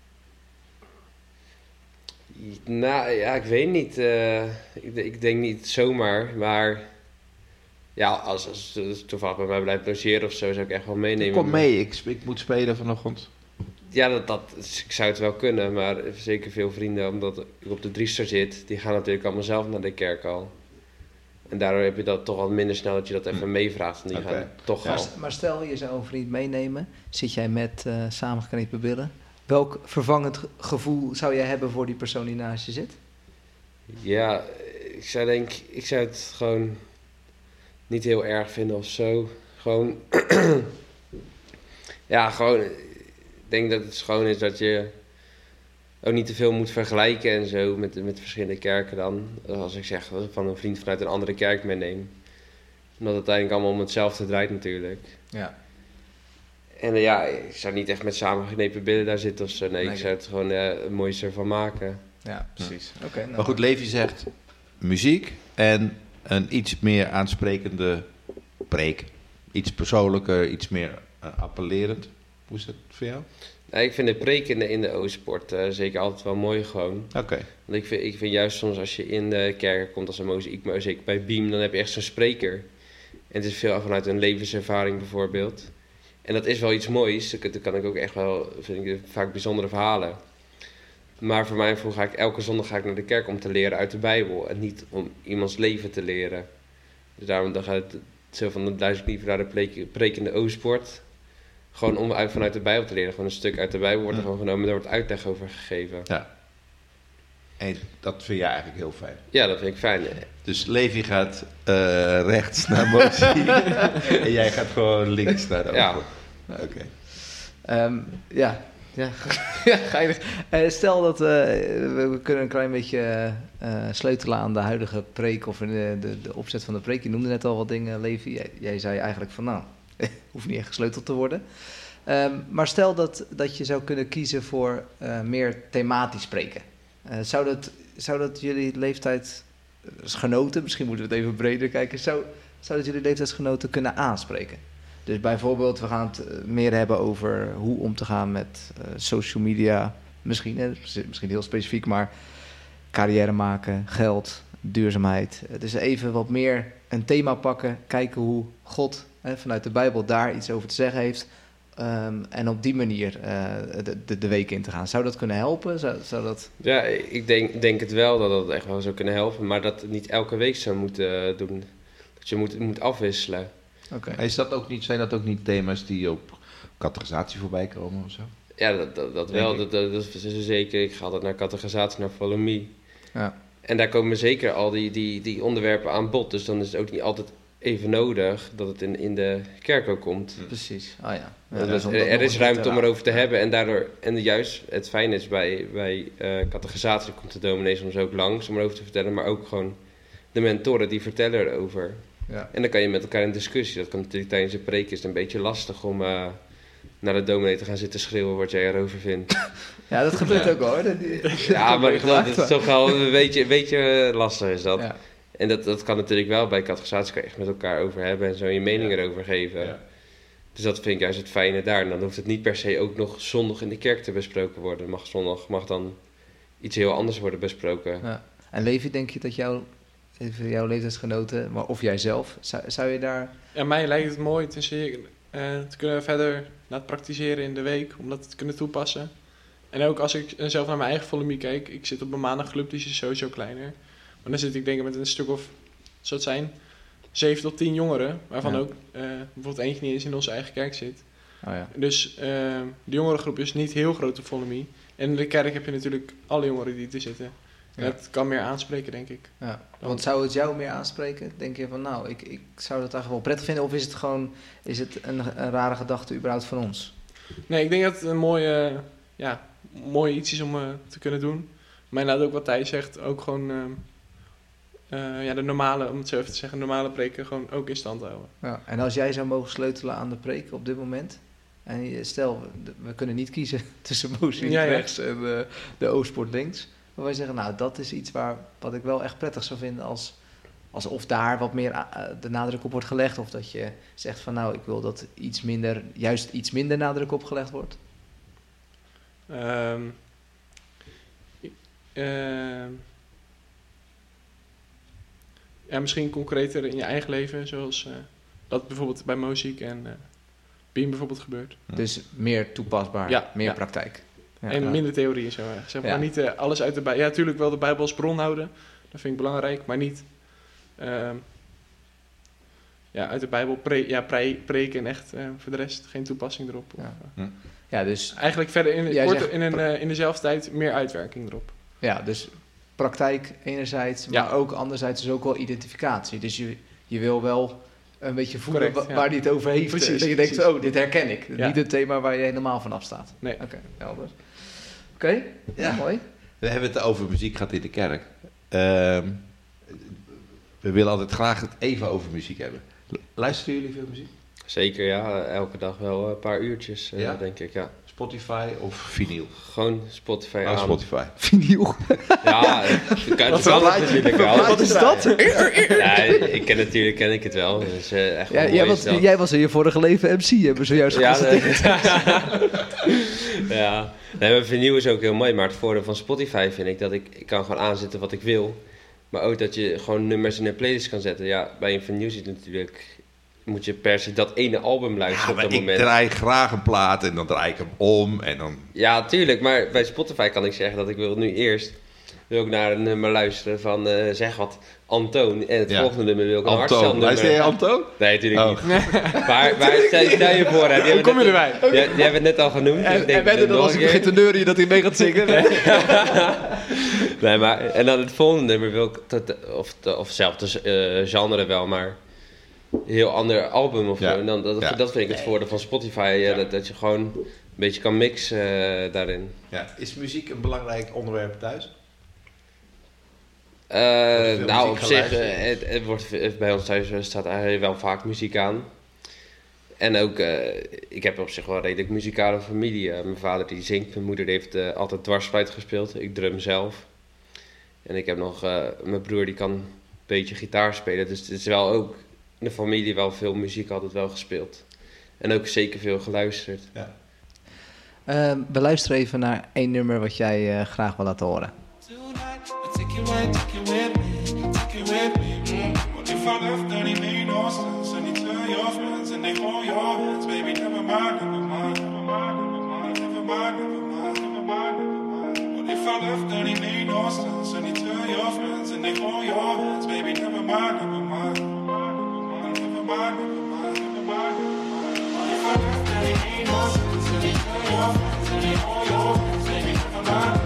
Speaker 4: Nou ja, ik weet niet. Ik denk niet zomaar, maar ja, als toevallig bij mij blijft logeren of zo, zou ik echt wel meenemen.
Speaker 2: Kom mee, ik moet spelen vanochtend.
Speaker 4: Ja, ik zou het wel kunnen, maar zeker veel vrienden, omdat ik op de Driester zit, die gaan natuurlijk allemaal zelf naar de kerk al. En daardoor heb je dat toch wat minder snel dat je dat even meevraagt. En die
Speaker 2: Oké.
Speaker 4: gaan toch
Speaker 2: Ja.
Speaker 4: al.
Speaker 3: Maar stel, je zou een vriend meenemen. Zit jij met samengeknepen billen? Welk vervangend gevoel zou jij hebben voor die persoon die naast je zit?
Speaker 4: Ja, ik zou het gewoon niet heel erg vinden of zo. Gewoon, ja, gewoon, ik denk dat het gewoon is dat je ook niet te veel moet vergelijken en zo met verschillende kerken dan. Als ik zeg van een vriend vanuit een andere kerk meeneem. Omdat het uiteindelijk allemaal om hetzelfde draait natuurlijk.
Speaker 3: Ja.
Speaker 4: En ja, ik zou niet echt met samengeknepen billen daar zitten of zo. Nee,
Speaker 3: Nee.
Speaker 4: ik zou het gewoon het mooiste ervan maken.
Speaker 3: Ja, precies. Oké. nou,
Speaker 2: Maar goed, Levi zegt muziek en een iets meer aansprekende preek. Iets persoonlijker, iets meer appellerend. Hoe is dat voor jou?
Speaker 4: Nou, ik vind de preek in de O-sport zeker altijd wel mooi gewoon.
Speaker 2: Oké.
Speaker 4: Want ik vind juist soms als je in de kerk komt als een mozaïek, maar zeker bij Beam, dan heb je echt zo'n spreker. En het is veel vanuit een levenservaring bijvoorbeeld. En dat is wel iets moois. Dat kan ik ook echt wel, vind ik vaak bijzondere verhalen. Maar voor mijn gevoel ga ik elke zondag naar de kerk om te leren uit de Bijbel. En niet om iemands leven te leren. Dus daarom dan gaat het zo van, dan luister ik liever naar de preek in de O-sport. Gewoon om vanuit de Bijbel te leren. Gewoon een stuk uit de Bijbel wordt er gewoon genomen. Daar wordt uitleg over gegeven.
Speaker 2: Ja. En dat vind jij eigenlijk heel fijn.
Speaker 4: Ja, dat vind ik fijn.
Speaker 2: Dus Levi gaat rechts naar Motie. En jij gaat gewoon links naar de Oostpoort.
Speaker 4: Ja.
Speaker 2: Oké.
Speaker 3: Ja, geinig. Stel dat we kunnen een klein beetje sleutelen aan de huidige preek of de opzet van de preek. Je noemde net al wat dingen, Levi. Jij zei eigenlijk van nou, hoeft niet echt gesleuteld te worden. Maar stel dat je zou kunnen kiezen voor meer thematisch spreken. Zou dat jullie leeftijdsgenoten, misschien moeten we het even breder kijken, zou dat jullie leeftijdsgenoten kunnen aanspreken? Dus bijvoorbeeld, we gaan het meer hebben over hoe om te gaan met social media. Misschien heel specifiek, maar carrière maken, geld, duurzaamheid. Dus even wat meer een thema pakken. Kijken hoe God vanuit de Bijbel daar iets over te zeggen heeft. En op die manier de week in te gaan. Zou dat kunnen helpen? Zou dat...
Speaker 4: Ja, ik denk het wel dat dat echt wel zou kunnen helpen. Maar dat het niet elke week zou moeten doen. Dat je moet afwisselen.
Speaker 2: Okay. Zijn dat ook niet thema's die op categorisatie voorbij komen of zo?
Speaker 4: Ja, dat wel. Dat is zeker. Ik ga altijd naar categorisatie, naar Follow Me. Ja. En daar komen zeker al die onderwerpen aan bod. Dus dan is het ook niet altijd even nodig dat het in de kerk ook komt.
Speaker 3: Precies. Oh ja.
Speaker 4: Er is ruimte om erover te hebben. En daardoor, en juist het fijne is bij categorisatie komt de dominee soms ook langs om erover te vertellen. Maar ook gewoon de mentoren die vertellen erover. Ja. En dan kan je met elkaar in discussie. Dat kan natuurlijk tijdens de preek is het een beetje lastig om naar de dominee te gaan zitten schreeuwen wat jij erover vindt.
Speaker 3: Ja, dat gebeurt ook hoor.
Speaker 4: Ja, maar dat is toch wel een beetje lastig is dat. Ja. En dat kan natuurlijk wel bij categorisatie, kan je echt met elkaar over hebben en zo je mening erover geven. Ja. Dus dat vind ik juist het fijne daar. En dan hoeft het niet per se ook nog zondag in de kerk te besproken worden. Zondag mag dan iets heel anders worden besproken. Ja.
Speaker 3: En Levi, denk je dat jouw leeftijdsgenoten, maar of jij zelf, zou je daar...
Speaker 5: Ja, mij lijkt het mooi te kunnen verder laten praktiseren in de week, om dat te kunnen toepassen. En ook als ik zelf naar mijn eigen volumie kijk, ik zit op een maandagclub, die is sowieso kleiner. Maar dan zit ik denk ik met een stuk of, zou het zijn, 7 tot 10 jongeren, waarvan ook bijvoorbeeld eentje niet eens in onze eigen kerk zit. Oh ja. Dus de jongerengroep is niet heel groot op volumie. En in de kerk heb je natuurlijk alle jongeren die er zitten. Ja. Het kan meer aanspreken, denk ik.
Speaker 3: Ja. Want zou het jou meer aanspreken? Denk je van, nou, ik zou dat eigenlijk wel prettig vinden? Of is het een rare gedachte überhaupt van ons?
Speaker 5: Nee, ik denk dat het een mooie iets is om te kunnen doen. Maar inderdaad ook wat Thijs zegt, ook gewoon de normale, om het zo even te zeggen, normale preken gewoon ook in stand houden.
Speaker 3: Ja. En als jij zou mogen sleutelen aan de preek op dit moment... En stel, we kunnen niet kiezen tussen Moosvliet rechts en de Oostpoort links... Maar wij zeggen, nou, dat is iets wat ik wel echt prettig zou vinden alsof daar wat meer de nadruk op wordt gelegd. Of dat je zegt van, nou, ik wil dat iets minder nadruk op gelegd wordt.
Speaker 5: Misschien concreter in je eigen leven, zoals dat bijvoorbeeld bij muziek en Beam bijvoorbeeld gebeurt.
Speaker 3: Dus meer toepasbaar, meer praktijk.
Speaker 5: Ja, en minder theorie zo. Zeg maar niet alles uit de Bijbel. Ja, natuurlijk wel de Bijbel als bron houden. Dat vind ik belangrijk. Maar niet uit de Bijbel preken en echt voor de rest geen toepassing erop.
Speaker 3: Ja, dus
Speaker 5: eigenlijk verder in dezelfde tijd meer uitwerking erop.
Speaker 3: Ja, dus praktijk enerzijds, maar ook anderzijds is ook wel identificatie. Dus je wil wel een beetje voelen waar die het over heeft.
Speaker 5: Precies,
Speaker 3: dat je denkt, oh, dit herken ik. Niet het thema waar je helemaal van afstaat.
Speaker 5: Nee.
Speaker 3: Oké, helder. Oké, mooi.
Speaker 2: We hebben het over muziek gehad in de kerk. We willen altijd graag het even over muziek hebben. Luisteren jullie veel muziek?
Speaker 4: Zeker, ja. Elke dag wel een paar uurtjes, denk ik, ja.
Speaker 2: Spotify of vinyl?
Speaker 4: Gewoon Spotify aan.
Speaker 2: Spotify.
Speaker 3: Vinyl?
Speaker 4: Ja, dat kan natuurlijk wel.
Speaker 3: Wat is dat?
Speaker 4: Ja, ken ik het wel. Dus, echt wel
Speaker 3: jij was in je vorige leven MC, hebben we zojuist geconstateerd.
Speaker 4: Ja, nee, maar vinyl is ook heel mooi. Maar het voordeel van Spotify vind ik dat ik kan gewoon aanzetten wat ik wil. Maar ook dat je gewoon nummers in een playlist kan zetten. Ja, bij een vinyl zit natuurlijk... moet je per se dat ene album luisteren op dat moment.
Speaker 2: Ik draai graag een plaat en dan draai ik hem om en dan...
Speaker 4: Ja, tuurlijk. Maar bij Spotify kan ik zeggen dat ik wil nu eerst wil ik naar een nummer luisteren van zeg wat, Antoon. En het
Speaker 2: Ja.
Speaker 4: volgende nummer wil ik een
Speaker 2: Antoon.
Speaker 4: hardstyle
Speaker 2: Luister jij
Speaker 4: nummer.
Speaker 2: Antoon?
Speaker 4: Nee, natuurlijk
Speaker 2: Oh.
Speaker 4: niet. Maar stel je voor, hè,
Speaker 5: Hoe kom je erbij?
Speaker 4: Die hebben het net al genoemd. dus ik denk,
Speaker 3: wedden dat
Speaker 4: nog
Speaker 3: als
Speaker 4: een
Speaker 3: ik
Speaker 4: keer.
Speaker 3: begin te neuren dat hij mee gaat zingen.
Speaker 4: Nee, maar en dan het volgende nummer wil ik of hetzelfde genre wel, maar een heel ander album of
Speaker 2: Ja.
Speaker 4: zo. En dan, dat vind ik het voordeel van Spotify, dat je gewoon een beetje kan mixen daarin.
Speaker 2: Ja. Is muziek een belangrijk onderwerp thuis? veel
Speaker 4: Nou,
Speaker 2: muziek
Speaker 4: op zich,
Speaker 2: geluisterd?
Speaker 4: het wordt bij ons thuis staat eigenlijk wel vaak muziek aan. En ook, ik heb op zich wel een redelijk muzikale familie. Mijn vader die zingt, mijn moeder heeft altijd dwarsfluit gespeeld. Ik drum zelf. En ik heb nog, mijn broer die kan een beetje gitaar spelen. Dus het is wel ook in de familie wel veel muziek altijd wel gespeeld. En ook zeker veel geluisterd.
Speaker 3: We luisteren even naar één nummer wat jij graag wil laten horen.
Speaker 6: Tonight, I'll take you with me, take you with me. What if I left and it made no sense? And you tell your friends and they hold your hands, baby, never mind, never mind, never mind, never mind, never mind, never mind, never mind, never mind. What if I left and it made no sense? And you tell your friends and they hold your hands, baby, never mind, never mind, never mind, never mind, never mind, never mind. What if I left and it made no sense? And you tell your friends and they hold your hands, baby, never mind.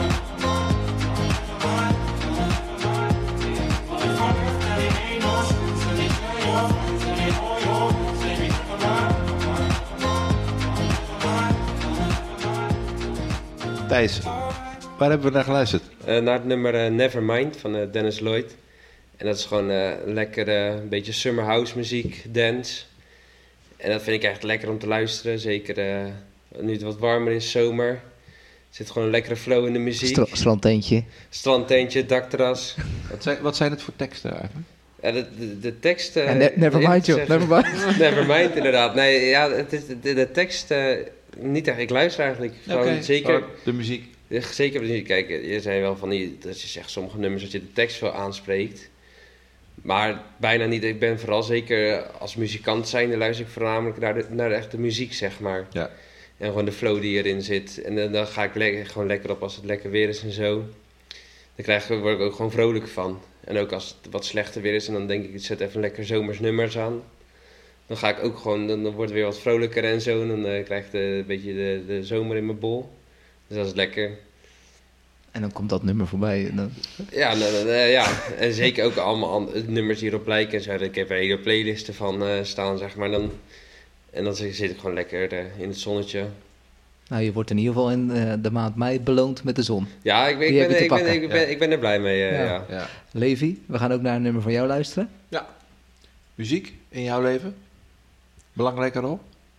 Speaker 2: Thijs, waar hebben we naar geluisterd?
Speaker 4: Naar het nummer Nevermind van Dennis Lloyd. En dat is gewoon lekker, een beetje summer house muziek, dance. En dat vind ik echt lekker om te luisteren. Zeker nu het wat warmer is, zomer. Er zit gewoon een lekkere flow in de muziek.
Speaker 3: Strandtentje.
Speaker 4: Strandtentje, dakterras.
Speaker 2: Wat zijn het voor teksten eigenlijk?
Speaker 4: Ja, de tekst...
Speaker 3: Never mind, joh. Never mind.
Speaker 4: Nevermind, inderdaad. Nee, ja, het is de tekst... niet echt. Ik luister eigenlijk gewoon zeker...
Speaker 2: Oh, de muziek.
Speaker 4: Zeker muziek. Kijk, er zijn wel van die... Dat je zegt sommige nummers dat je de tekst wel aanspreekt. Maar bijna niet. Ik ben vooral zeker als muzikant zijnde luister ik voornamelijk naar de echte muziek, zeg maar.
Speaker 2: Ja.
Speaker 4: En gewoon de flow die erin zit. En dan ga ik gewoon lekker op als het lekker weer is en zo. Dan word ik ook gewoon vrolijk van. En ook als het wat slechter weer is en dan denk ik, ik zet even lekker zomers nummers aan. Dan ga ik ook gewoon, dan wordt het weer wat vrolijker en zo. En dan krijg ik een beetje de zomer in mijn bol. Dus dat is lekker.
Speaker 3: En dan komt dat nummer voorbij. En dan...
Speaker 4: Ja, ja, en zeker ook allemaal nummers die erop lijken. En zo. Ik heb er hele playlisten van staan, zeg maar. En dan zit ik gewoon lekker in het zonnetje.
Speaker 3: Nou, je wordt in ieder geval in de maand mei beloond met de zon.
Speaker 4: Ja, ik ben er blij mee.
Speaker 3: Ja.
Speaker 2: Ja.
Speaker 3: Levi, we gaan ook naar een nummer van jou luisteren.
Speaker 2: Muziek in jouw leven? Belangrijke rol?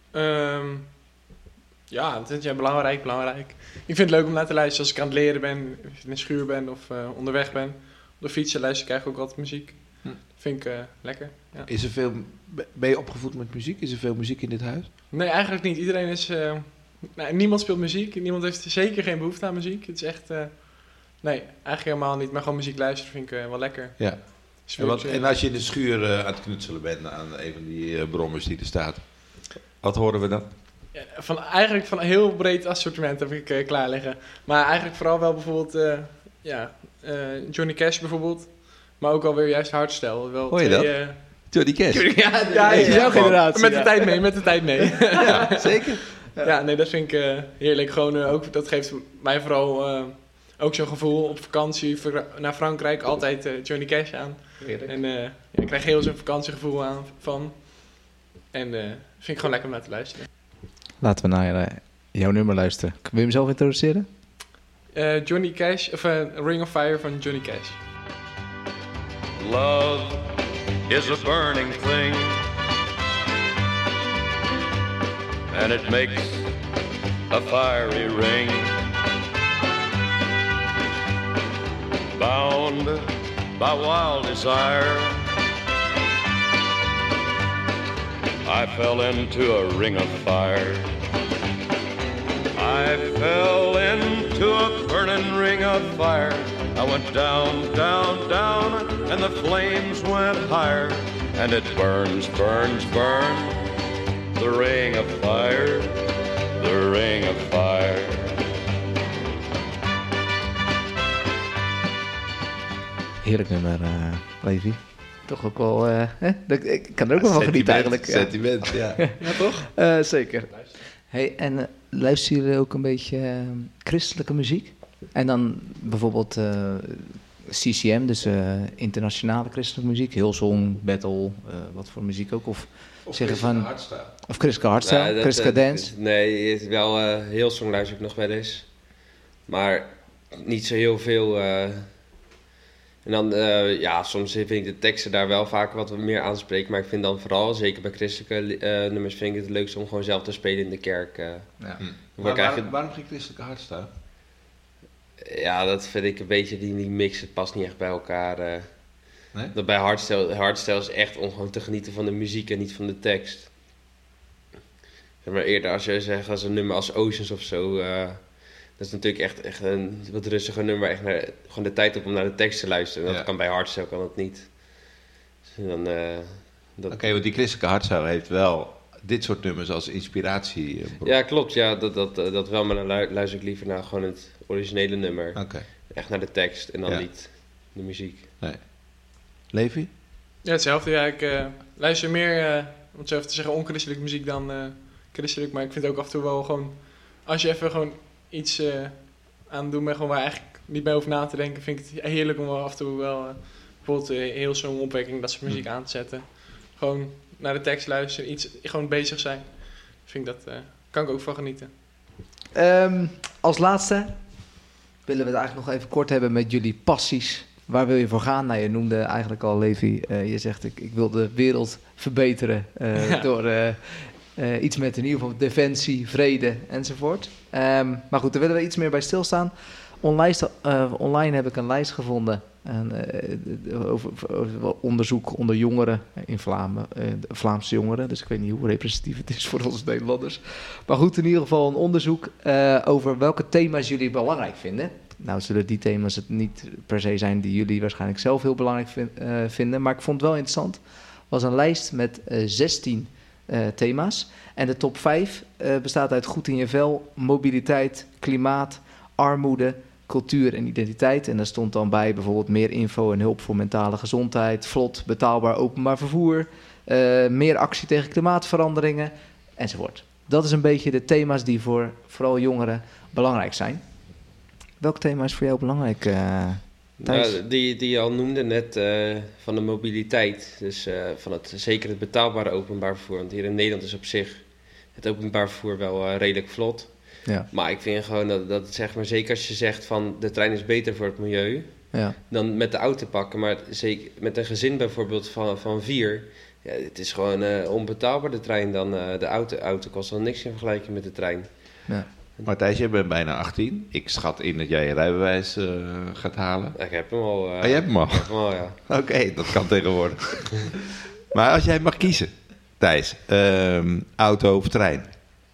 Speaker 5: Ja, het is belangrijk. Ik vind het leuk om naar te luisteren als ik aan het leren ben, of in de schuur ben of onderweg ben. Op de fietsen luister ik eigenlijk ook altijd muziek. Vind ik lekker. Ja.
Speaker 2: Ben je opgevoed met muziek? Is er veel muziek in dit huis?
Speaker 5: Nee, eigenlijk niet. Iedereen is... niemand speelt muziek. Niemand heeft zeker geen behoefte aan muziek. Het is echt... nee, eigenlijk helemaal niet. Maar gewoon muziek luisteren vind ik wel lekker.
Speaker 2: Ja. En als je in de schuur aan het knutselen bent aan een van die brommers die er staat, wat horen we dan?
Speaker 5: Ja, eigenlijk van een heel breed assortiment heb ik klaar liggen. Maar eigenlijk vooral wel bijvoorbeeld... Johnny Cash bijvoorbeeld. Maar ook alweer juist hardstyle. Wel
Speaker 2: Hoor je dat? Johnny Cash?
Speaker 5: Ja,
Speaker 3: jouw generatie.
Speaker 5: Met de tijd mee.
Speaker 2: Ja, zeker.
Speaker 5: Ja, nee, dat vind ik heerlijk. Gewoon ook, dat geeft mij vooral ook zo'n gevoel op vakantie naar Frankrijk. Altijd Johnny Cash aan.
Speaker 2: Heerlijk.
Speaker 5: En ik krijg heel zo'n vakantiegevoel van. En vind ik gewoon lekker om naar te luisteren.
Speaker 3: Laten we naar jouw nummer luisteren. Kun je hem zelf introduceren?
Speaker 5: Johnny Cash, of Ring of Fire van Johnny Cash.
Speaker 7: Love is a burning thing, and it makes a fiery ring. Bound by wild desire, I fell into a ring of fire. I fell into a burning ring of fire. I went down, down, down, and the flames went higher. And it burns, burns, burns, the ring of fire, the ring of fire.
Speaker 3: Heerlijk nummer, Levi. Toch ook wel... ik kan er ook wel van genieten eigenlijk.
Speaker 2: Sentiment, ja.
Speaker 5: Ja, toch?
Speaker 3: Zeker. Hey, en luisteren jullie ook een beetje christelijke muziek? En dan bijvoorbeeld CCM, dus internationale christelijke muziek. Hillsong, battle, wat voor muziek ook. Of zeggen van... Of christelijke hardstyle, christelijke dance.
Speaker 4: Nee, het is wel Hillsong luister ik nog wel eens. Maar niet zo heel veel. En dan, soms vind ik de teksten daar wel vaak wat meer aanspreken. Maar ik vind dan vooral, zeker bij christelijke nummers, vind ik het leukste om gewoon zelf te spelen in de kerk.
Speaker 2: Waarom geen christelijke hardstyle?
Speaker 4: Ja, dat vind ik een beetje, die mix, het past niet echt bij elkaar.
Speaker 2: Nee?
Speaker 4: Dat bij hardstyle is echt om gewoon te genieten van de muziek en niet van de tekst. Zeg maar eerder als je zegt als een nummer als Oceans of zo, dat is natuurlijk echt een wat rustiger nummer, echt gewoon de tijd op om naar de tekst te luisteren. Dat kan bij hardstyle kan dat niet. Dus dan,
Speaker 2: Oké, want die christelijke hardstyle heeft wel dit soort nummers als inspiratie.
Speaker 4: Ja, klopt. Ja, dat wel, maar dan luister ik liever naar gewoon het originele nummer.
Speaker 2: Oké.
Speaker 4: Echt naar de tekst en dan niet de muziek.
Speaker 2: Nee. Levi?
Speaker 5: Ja, hetzelfde. Ja, ik luister meer, om het zo even te zeggen, onchristelijke muziek dan christelijk. Maar ik vind ook af en toe wel gewoon, als je even gewoon iets aan het doen bent, gewoon waar eigenlijk niet bij over na te denken, vind ik het heerlijk om wel af en toe wel bijvoorbeeld heel zo'n opwekking, dat soort muziek aan te zetten. Gewoon naar de tekst luisteren, iets gewoon bezig zijn. Vind ik dat, kan ik ook van genieten.
Speaker 3: Als laatste willen we het eigenlijk nog even kort hebben met jullie passies. Waar wil je voor gaan? Nou, je noemde eigenlijk al, Levi, je zegt ik wil de wereld verbeteren door iets met in ieder geval defensie, vrede enzovoort. Maar goed, daar willen we iets meer bij stilstaan. Online heb ik een lijst gevonden over onderzoek onder jongeren in Vlaamse jongeren. Dus ik weet niet hoe representatief het is voor ons Nederlanders. Maar goed, in ieder geval een onderzoek over welke thema's jullie belangrijk vinden. Nou zullen die thema's het niet per se zijn die jullie waarschijnlijk zelf heel belangrijk vinden. Maar ik vond het wel interessant. Het was een lijst met 16 thema's. En de top 5 bestaat uit goed in je vel, mobiliteit, klimaat, armoede, cultuur en identiteit. En daar stond dan bij bijvoorbeeld meer info en hulp voor mentale gezondheid, vlot, betaalbaar openbaar vervoer, meer actie tegen klimaatveranderingen, enzovoort. Dat is een beetje de thema's die voor vooral jongeren belangrijk zijn. Welk thema is voor jou belangrijk, Thijs?
Speaker 4: Nou, die je al noemde net van de mobiliteit. Dus zeker het betaalbare openbaar vervoer. Want hier in Nederland is op zich het openbaar vervoer wel redelijk vlot. Ja. Maar ik vind gewoon dat zeg maar, zeker als je zegt van de trein is beter voor het milieu, dan met de auto pakken. Maar zeker met een gezin bijvoorbeeld van 4, ja, het is gewoon onbetaalbaar de trein dan de auto. De auto kost dan niks in vergelijking met de trein.
Speaker 2: Ja. Matthijs, jij bent bijna 18. Ik schat in dat jij je rijbewijs gaat halen.
Speaker 4: Ik heb hem al.
Speaker 2: Je hebt hem al?
Speaker 4: Ik heb hem al, ja.
Speaker 2: Oké, dat kan tegenwoordig. Maar als jij mag kiezen, Thijs, auto of trein?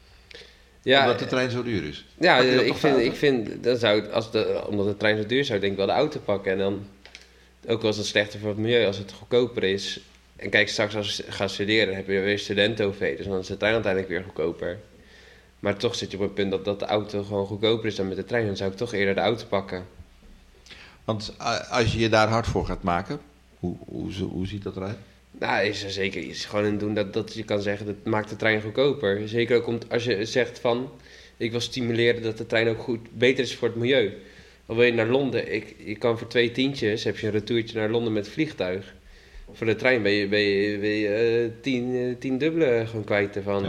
Speaker 2: Ja, omdat de trein zo duur is.
Speaker 4: Ja, ik vind dan omdat de trein zo duur is, zou ik denk ik wel de auto pakken. En dan, ook als het slechter voor het milieu, als het goedkoper is. En kijk, straks als je gaat studeren, heb je weer studenten-OV. Dus dan is de trein uiteindelijk weer goedkoper. Maar toch zit je op het punt dat de auto gewoon goedkoper is dan met de trein. Dan zou ik toch eerder de auto pakken.
Speaker 2: Want als je je daar hard voor gaat maken, hoe ziet dat eruit?
Speaker 4: Nou, is er zeker iets gewoon in doen dat je kan zeggen, dat maakt de trein goedkoper. Zeker ook als je zegt van, ik wil stimuleren dat de trein ook beter is voor het milieu. Dan wil je naar Londen, je kan voor 2 tientjes, heb je een retourtje naar Londen met vliegtuig. Voor de trein ben je 10 dubbele gewoon kwijt ervan.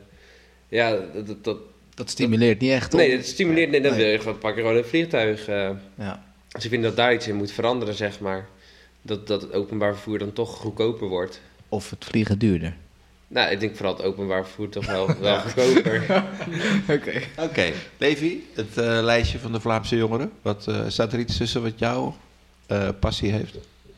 Speaker 3: Dat stimuleert niet echt, toch?
Speaker 4: Nee, dat stimuleert niet. Dan wil je gewoon pakken gewoon een vliegtuig. Dus ik vind dat daar iets in moet veranderen, zeg maar. Dat het openbaar vervoer dan toch goedkoper wordt.
Speaker 3: Of het vliegen duurder?
Speaker 4: Nou, ik denk vooral het openbaar vervoer toch wel goedkoper.
Speaker 2: Oké. Levi, het lijstje van de Vlaamse jongeren. Staat er iets tussen wat jouw passie heeft?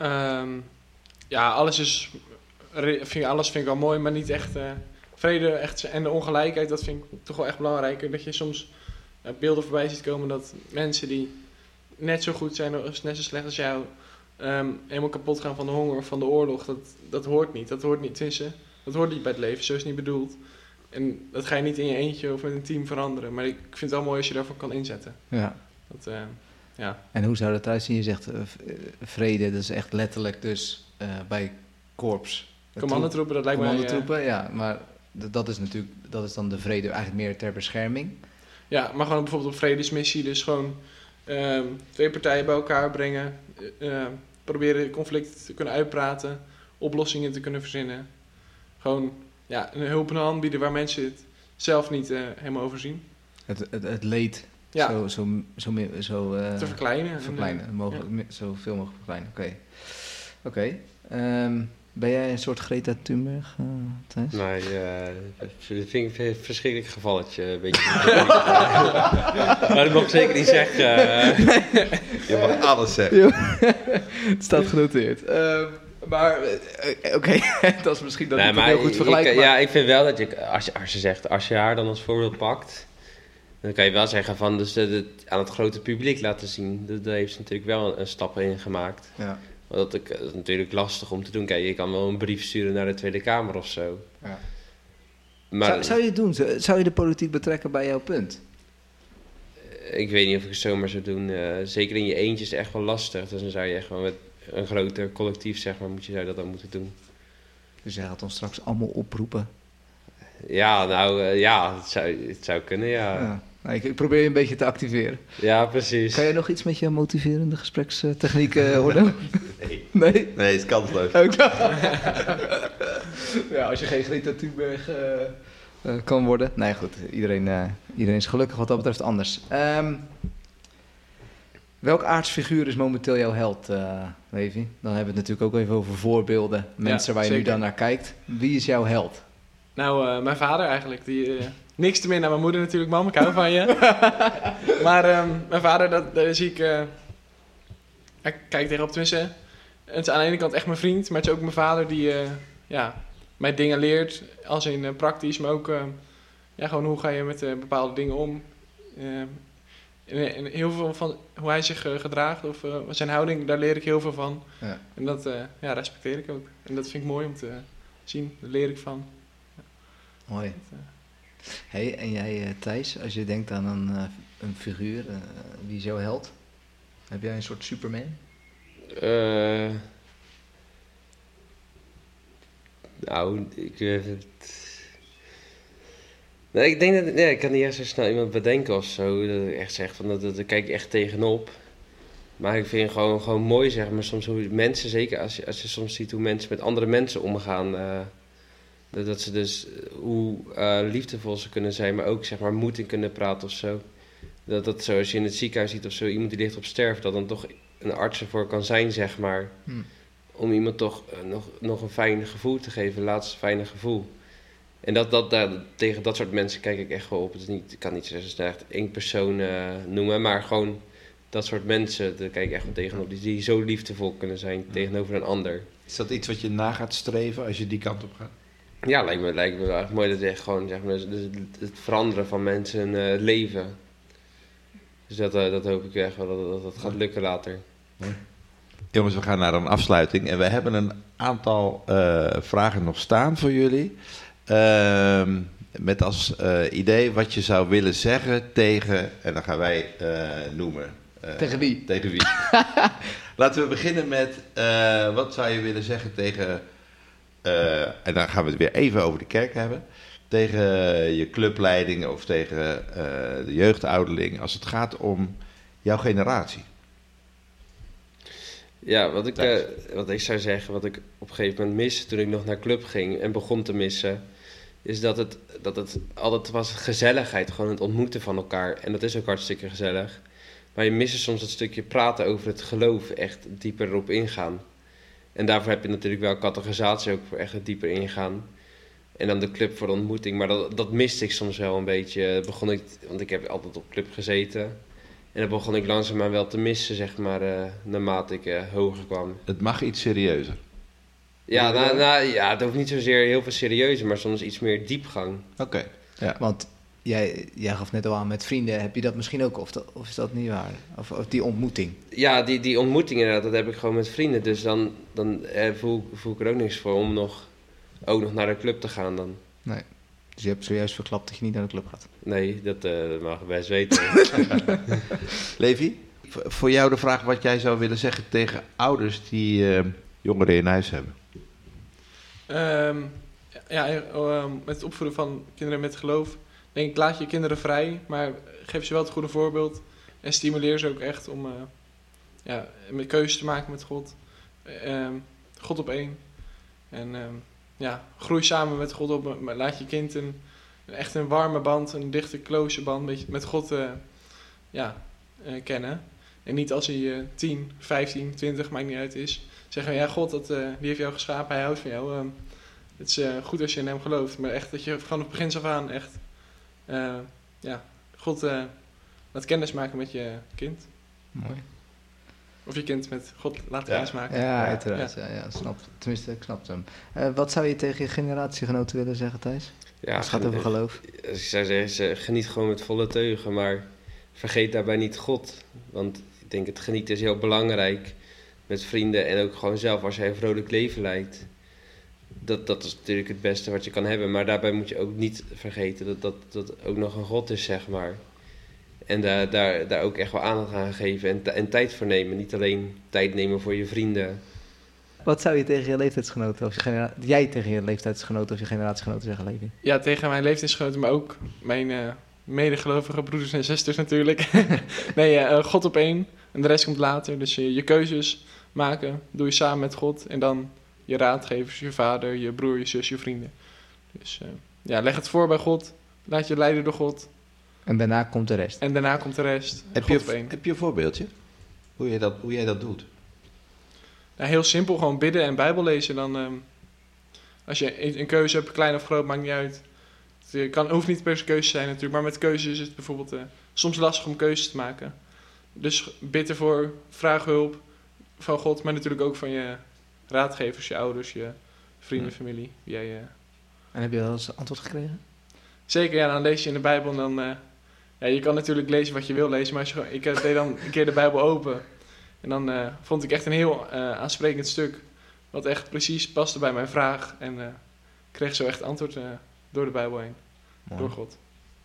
Speaker 5: Alles vind ik wel mooi, maar niet echt... vrede en de ongelijkheid, dat vind ik toch wel echt belangrijker. Dat je soms beelden voorbij ziet komen dat mensen die net zo goed zijn of net zo slecht als jou... helemaal kapot gaan van de honger of van de oorlog. Dat hoort niet. Dat hoort niet tussen. Dat hoort niet bij het leven. Zo is het niet bedoeld. En dat ga je niet in je eentje of met een team veranderen. Maar ik vind het wel mooi als je daarvoor kan inzetten.
Speaker 3: Ja.
Speaker 5: ja.
Speaker 3: En hoe zou dat eruit zien? Je zegt vrede, dat is echt letterlijk dus bij korps.
Speaker 5: Commandotroepen, dat lijkt mij...
Speaker 3: Commandotroepen, ja, maar dat is dan de vrede eigenlijk meer ter bescherming.
Speaker 5: Ja, maar gewoon bijvoorbeeld op vredesmissie, dus gewoon 2 partijen bij elkaar brengen, proberen conflicten te kunnen uitpraten, oplossingen te kunnen verzinnen. Gewoon een hulp en een hand bieden waar mensen het zelf niet helemaal overzien.
Speaker 3: Het leed
Speaker 5: Te verkleinen.
Speaker 3: Zoveel mogelijk verkleinen, oké. Ben jij een soort Greta Thunberg, Thijs?
Speaker 4: Nee, dat vind ik een verschrikkelijk gevalletje. Een beetje. Maar dat mag ik zeker niet zeggen.
Speaker 2: Je mag alles zeggen.
Speaker 3: Het staat genoteerd. Maar oké, dat is misschien dat niet heel goed vergelijken.
Speaker 4: Ja, ik vind wel dat je, als je haar dan als voorbeeld pakt, dan kan je wel zeggen van, dus aan het grote publiek laten zien. Daar heeft ze natuurlijk wel een stap in gemaakt.
Speaker 3: Ja.
Speaker 4: Dat is natuurlijk lastig om te doen. Kijk, je kan wel een brief sturen naar de Tweede Kamer of zo.
Speaker 3: Ja.
Speaker 4: Maar,
Speaker 3: zou je het doen? Zou je de politiek betrekken bij jouw punt?
Speaker 4: Ik weet niet of ik het zomaar zou doen. Zeker in je eentje is het echt wel lastig. Dus dan zou je echt gewoon met een groter collectief, zeg maar, zou dat dan moeten doen.
Speaker 3: Dus jij gaat ons straks allemaal oproepen?
Speaker 4: Ja, nou, het zou kunnen, ja.
Speaker 3: Nou, ik probeer je een beetje te activeren.
Speaker 4: Ja, precies.
Speaker 3: Kan jij nog iets met je motiverende gesprekstechniek Ordo? Nee?
Speaker 2: Nee, het is kansloos.
Speaker 3: Ja, als je geen Greta Thunberg kan worden. Nee, goed. Iedereen is gelukkig wat dat betreft anders. Welk aardsfiguur is momenteel jouw held, Levi? Dan hebben we het natuurlijk ook even over voorbeelden. Mensen waar je nu dan naar kijkt. Wie is jouw held?
Speaker 5: Nou, mijn vader eigenlijk. Die, niks te min naar mijn moeder natuurlijk, mam. Ik hou van je. Maar mijn vader, daar zie ik... Hij kijkt tegenop, tenminste. Het is aan de ene kant echt mijn vriend. Maar het is ook mijn vader die mij dingen leert. Als in praktisch, maar ook... gewoon hoe ga je met bepaalde dingen om. En heel veel van hoe hij zich gedraagt of zijn houding, daar leer ik heel veel van.
Speaker 3: Ja.
Speaker 5: En dat respecteer ik ook. En dat vind ik mooi om te zien. Daar leer ik van. Ja.
Speaker 3: Mooi. Hey, en jij Thijs, als je denkt aan een figuur, wie is jouw held? Heb jij een soort Superman?
Speaker 4: Nou, Nee, ik denk dat ik kan niet echt zo snel iemand bedenken of zo. Dat ik echt zeg van daar kijk ik echt tegenop. Maar ik vind het gewoon mooi, zeg maar, soms hoe mensen, zeker als je soms ziet hoe mensen met andere mensen omgaan. Dat ze dus hoe liefdevol ze kunnen zijn, maar ook zeg maar moed in kunnen praten of zo. Dat zoals je in het ziekenhuis ziet of zo, iemand die ligt op sterven, dat dan toch een arts ervoor kan zijn, zeg maar. Om iemand toch nog een fijn gevoel te geven, een laatste fijne gevoel. En tegen dat soort mensen kijk ik echt wel op. Ik kan niet zo echt één persoon noemen, maar gewoon dat soort mensen, daar kijk ik echt wel tegenop. Die zo liefdevol kunnen zijn tegenover een ander.
Speaker 2: Is dat iets wat je na gaat streven als je die kant op gaat?
Speaker 4: Ja, lijkt me wel echt mooi dat je echt gewoon, zeg maar, het veranderen van mensen leven. Dus dat hoop ik echt wel, dat gaat lukken later.
Speaker 2: Jongens, we gaan naar een afsluiting en we hebben een aantal vragen nog staan voor jullie. Met als idee wat je zou willen zeggen tegen, en dan gaan wij noemen.
Speaker 3: Tegen wie?
Speaker 2: Tegen wie? Laten we beginnen met, wat zou je willen zeggen tegen, en dan gaan we het weer even over de kerk hebben, tegen je clubleiding of tegen de jeugdouderling, als het gaat om jouw generatie.
Speaker 4: Ja, wat ik zou zeggen, wat ik op een gegeven moment miste toen ik nog naar club ging en begon te missen, is dat het altijd was gezelligheid, gewoon het ontmoeten van elkaar. En dat is ook hartstikke gezellig. Maar je mist soms dat stukje praten over het geloof, echt dieper erop ingaan. En daarvoor heb je natuurlijk wel categorisatie ook voor echt het dieper ingaan. En dan de club voor de ontmoeting. Maar dat miste ik soms wel een beetje. Want ik heb altijd op club gezeten. En dan begon ik langzaamaan wel te missen, zeg maar, naarmate ik hoger kwam.
Speaker 2: Het mag iets serieuzer.
Speaker 4: Ja, het hoeft niet zozeer heel veel serieuzer, maar soms iets meer diepgang.
Speaker 2: Oké. Ja.
Speaker 3: Want jij gaf net al aan met vrienden, heb je dat misschien ook, of is dat niet waar? Of die ontmoeting?
Speaker 4: Ja, die ontmoeting inderdaad, dat heb ik gewoon met vrienden. Dus dan voel ik er ook niks voor om ook nog naar de club te gaan dan.
Speaker 3: Nee. Dus je hebt zojuist verklapt dat je niet naar de club gaat?
Speaker 4: Nee, dat mag ik best weten.
Speaker 2: Levi? voor jou de vraag wat jij zou willen zeggen tegen ouders die jongeren in huis hebben.
Speaker 5: Met het opvoeden van kinderen met geloof, denk ik, laat je kinderen vrij, maar geef ze wel het goede voorbeeld en stimuleer ze ook echt om met keuzes te maken met God. God op één. En groei samen met God op. Maar laat je kind echt een warme band, een dichte, close band met God kennen. En niet als hij 10, 15, 20, maakt niet uit is. Zeggen, ja, God, die heeft jou geschapen, hij houdt van jou. Het is goed als je in hem gelooft. Maar echt dat je van het begin af aan echt God laat kennis maken met je kind.
Speaker 3: Mooi.
Speaker 5: Of je kind met God laat kennis maken.
Speaker 3: Ja, uiteraard. Ja, tenminste, ik snap hem. Wat zou je tegen je generatiegenoten willen zeggen, Thijs?
Speaker 4: Ja,
Speaker 3: Als het gaat over geloof.
Speaker 4: Ik zou zeggen, geniet gewoon met volle teugen, maar vergeet daarbij niet God. Want ik denk, het genieten is heel belangrijk met vrienden en ook gewoon zelf als jij een vrolijk leven leidt. Dat is natuurlijk het beste wat je kan hebben, maar daarbij moet je ook niet vergeten dat ook nog een God is, zeg maar. En daar ook echt wel aandacht aan geven en tijd voor nemen. Niet alleen tijd nemen voor je vrienden.
Speaker 3: Wat zou je tegen je leeftijdsgenoten of je generatiegenoten zeggen, Levi?
Speaker 5: Ja, tegen mijn leeftijdsgenoten, maar ook mijn medegelovige broeders en zusters natuurlijk. God op één en de rest komt later. Dus je keuzes maken, doe je samen met God. En dan je raadgevers, je vader, je broer, je zus, je vrienden. Dus leg het voor bij God. Laat je leiden door God.
Speaker 3: En daarna komt de rest.
Speaker 2: Heb je een voorbeeldje? Hoe jij dat doet?
Speaker 5: Nou, heel simpel, gewoon bidden en Bijbel lezen. Dan, als je een keuze hebt, klein of groot, maakt niet uit. Het hoeft niet per se keuze te zijn natuurlijk, maar met keuzes is het bijvoorbeeld soms lastig om keuzes te maken. Dus bid ervoor, vraag hulp van God, maar natuurlijk ook van je raadgevers, je ouders, je vrienden, familie.
Speaker 3: En heb je wel eens antwoord gekregen?
Speaker 5: Zeker, ja, dan lees je in de Bijbel en dan... je kan natuurlijk lezen wat je wil lezen, maar ik deed dan een keer de Bijbel open. En dan vond ik echt een heel aansprekend stuk, wat echt precies paste bij mijn vraag. En kreeg zo echt antwoord door de Bijbel heen, door God.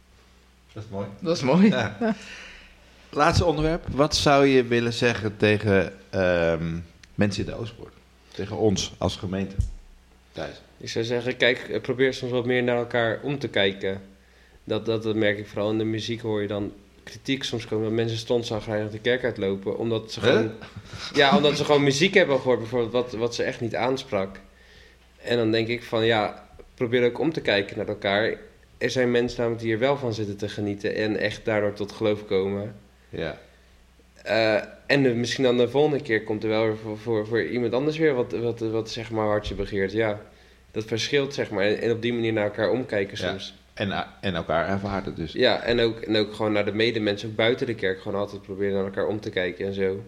Speaker 2: Dat is mooi. Ja. Laatste onderwerp. Wat zou je willen zeggen tegen mensen in de Oostpoort? Tegen ons als gemeente? Thijs?
Speaker 4: Ik zou zeggen, probeer soms wat meer naar elkaar om te kijken. Dat merk ik vooral in de muziek, hoor je dan kritiek soms komen dat mensen stondzagrijnig de kerk uitlopen. Omdat ze gewoon muziek hebben gehoord, bijvoorbeeld, wat ze echt niet aansprak. En dan denk ik van, probeer ook om te kijken naar elkaar. Er zijn mensen namelijk die er wel van zitten te genieten en echt daardoor tot geloof komen.
Speaker 2: Ja.
Speaker 4: En misschien dan de volgende keer komt er wel voor iemand anders weer wat zeg maar hartje begeert. Ja, dat verschilt, zeg maar. En op die manier naar elkaar omkijken soms.
Speaker 2: En elkaar ervaren dus. Ja,
Speaker 4: en ook gewoon naar de medemensen, ook buiten de kerk, gewoon altijd proberen naar elkaar om te kijken en zo.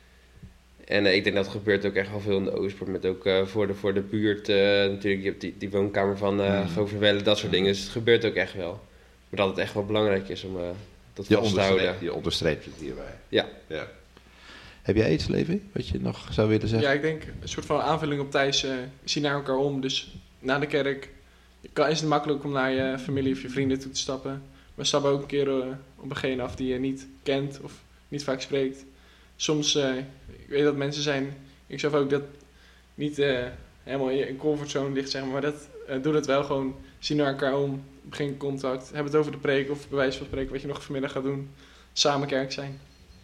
Speaker 4: En ik denk dat gebeurt ook echt wel veel in de Oostpoort, met ook voor de buurt. Natuurlijk, je hebt die woonkamer van Goverwelle, dat soort dingen. Dus het gebeurt ook echt wel. Maar dat het echt wel belangrijk is om dat vast te houden.
Speaker 2: Je onderstreept het hierbij.
Speaker 4: Ja.
Speaker 2: Heb jij iets, Levi, wat je nog zou willen zeggen?
Speaker 5: Ja, ik denk een soort van aanvulling op Thijs. Zie naar elkaar om. Dus na de kerk is het makkelijk om naar je familie of je vrienden toe te stappen. Maar stap ook een keer op degene af die je niet kent of niet vaak spreekt. Soms, ik weet dat mensen zijn, ik zelf ook, dat niet helemaal in je comfortzone ligt, zeg maar dat doe dat wel gewoon. Zie naar elkaar om, begin contact, heb het over de preek of bij wijze van spreken wat je nog vanmiddag gaat doen. Samen kerk zijn.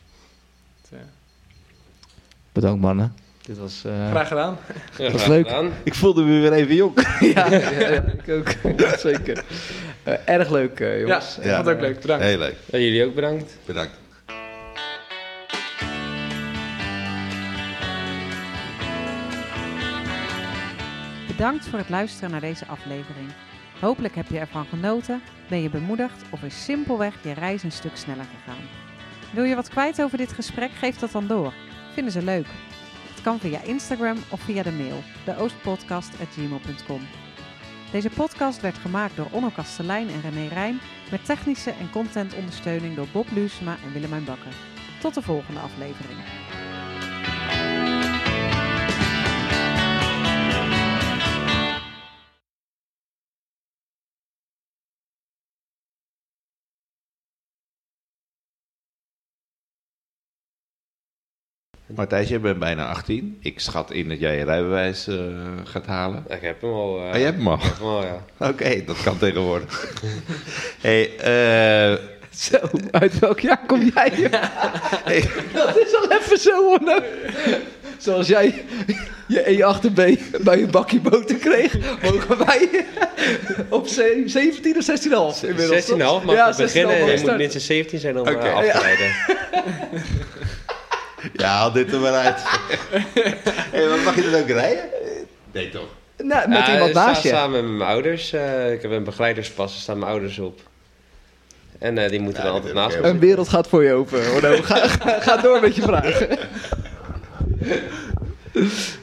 Speaker 3: Bedankt, mannen. Dit was...
Speaker 5: Graag gedaan.
Speaker 3: Dat was leuk.
Speaker 2: Ik voelde me weer even jong.
Speaker 3: ja, ik ook. Zeker. Erg leuk, jongens.
Speaker 5: Ja, vond het ook leuk. Bedankt.
Speaker 2: Heel leuk.
Speaker 4: Ja, jullie ook bedankt.
Speaker 2: Bedankt.
Speaker 1: Bedankt voor het luisteren naar deze aflevering. Hopelijk heb je ervan genoten, ben je bemoedigd of is simpelweg je reis een stuk sneller gegaan. Wil je wat kwijt over dit gesprek? Geef dat dan door. Vinden ze leuk? Het kan via Instagram of via de mail, deoostpodcast@gmail.com. Deze podcast werd gemaakt door Onno Kastelein en René Rijn met technische en contentondersteuning door Bob Luusma en Willemijn Bakker. Tot de volgende aflevering.
Speaker 2: Matthijs, jij bent bijna 18. Ik schat in dat jij je rijbewijs gaat halen.
Speaker 4: Ik heb hem al.
Speaker 2: Je hebt hem al?
Speaker 4: Ik heb hem al, ja.
Speaker 2: Oké, dat kan tegenwoordig. Hey,
Speaker 3: Zo, uit welk jaar kom jij?
Speaker 2: hey,
Speaker 3: Dat is al even zo onnodig. Zoals jij je E8B bij een bakje boter kreeg, mogen wij op 17 of 16,5 inmiddels.
Speaker 4: 16,5 mag
Speaker 3: ja,
Speaker 4: je beginnen en je moet
Speaker 3: starten.
Speaker 4: minstens 17 zijn om
Speaker 2: Oké.
Speaker 4: af te rijden.
Speaker 2: ja, haal dit er maar uit. Hey, wat mag je dan ook rijden? Nee, toch?
Speaker 3: Nou, met iemand naast je.
Speaker 4: Samen met mijn ouders. Ik heb een begeleiderspas, daar staan mijn ouders op. En die moeten dan altijd naast me
Speaker 3: Een wereld gaat voor je open. Orno. Ga door met je vragen.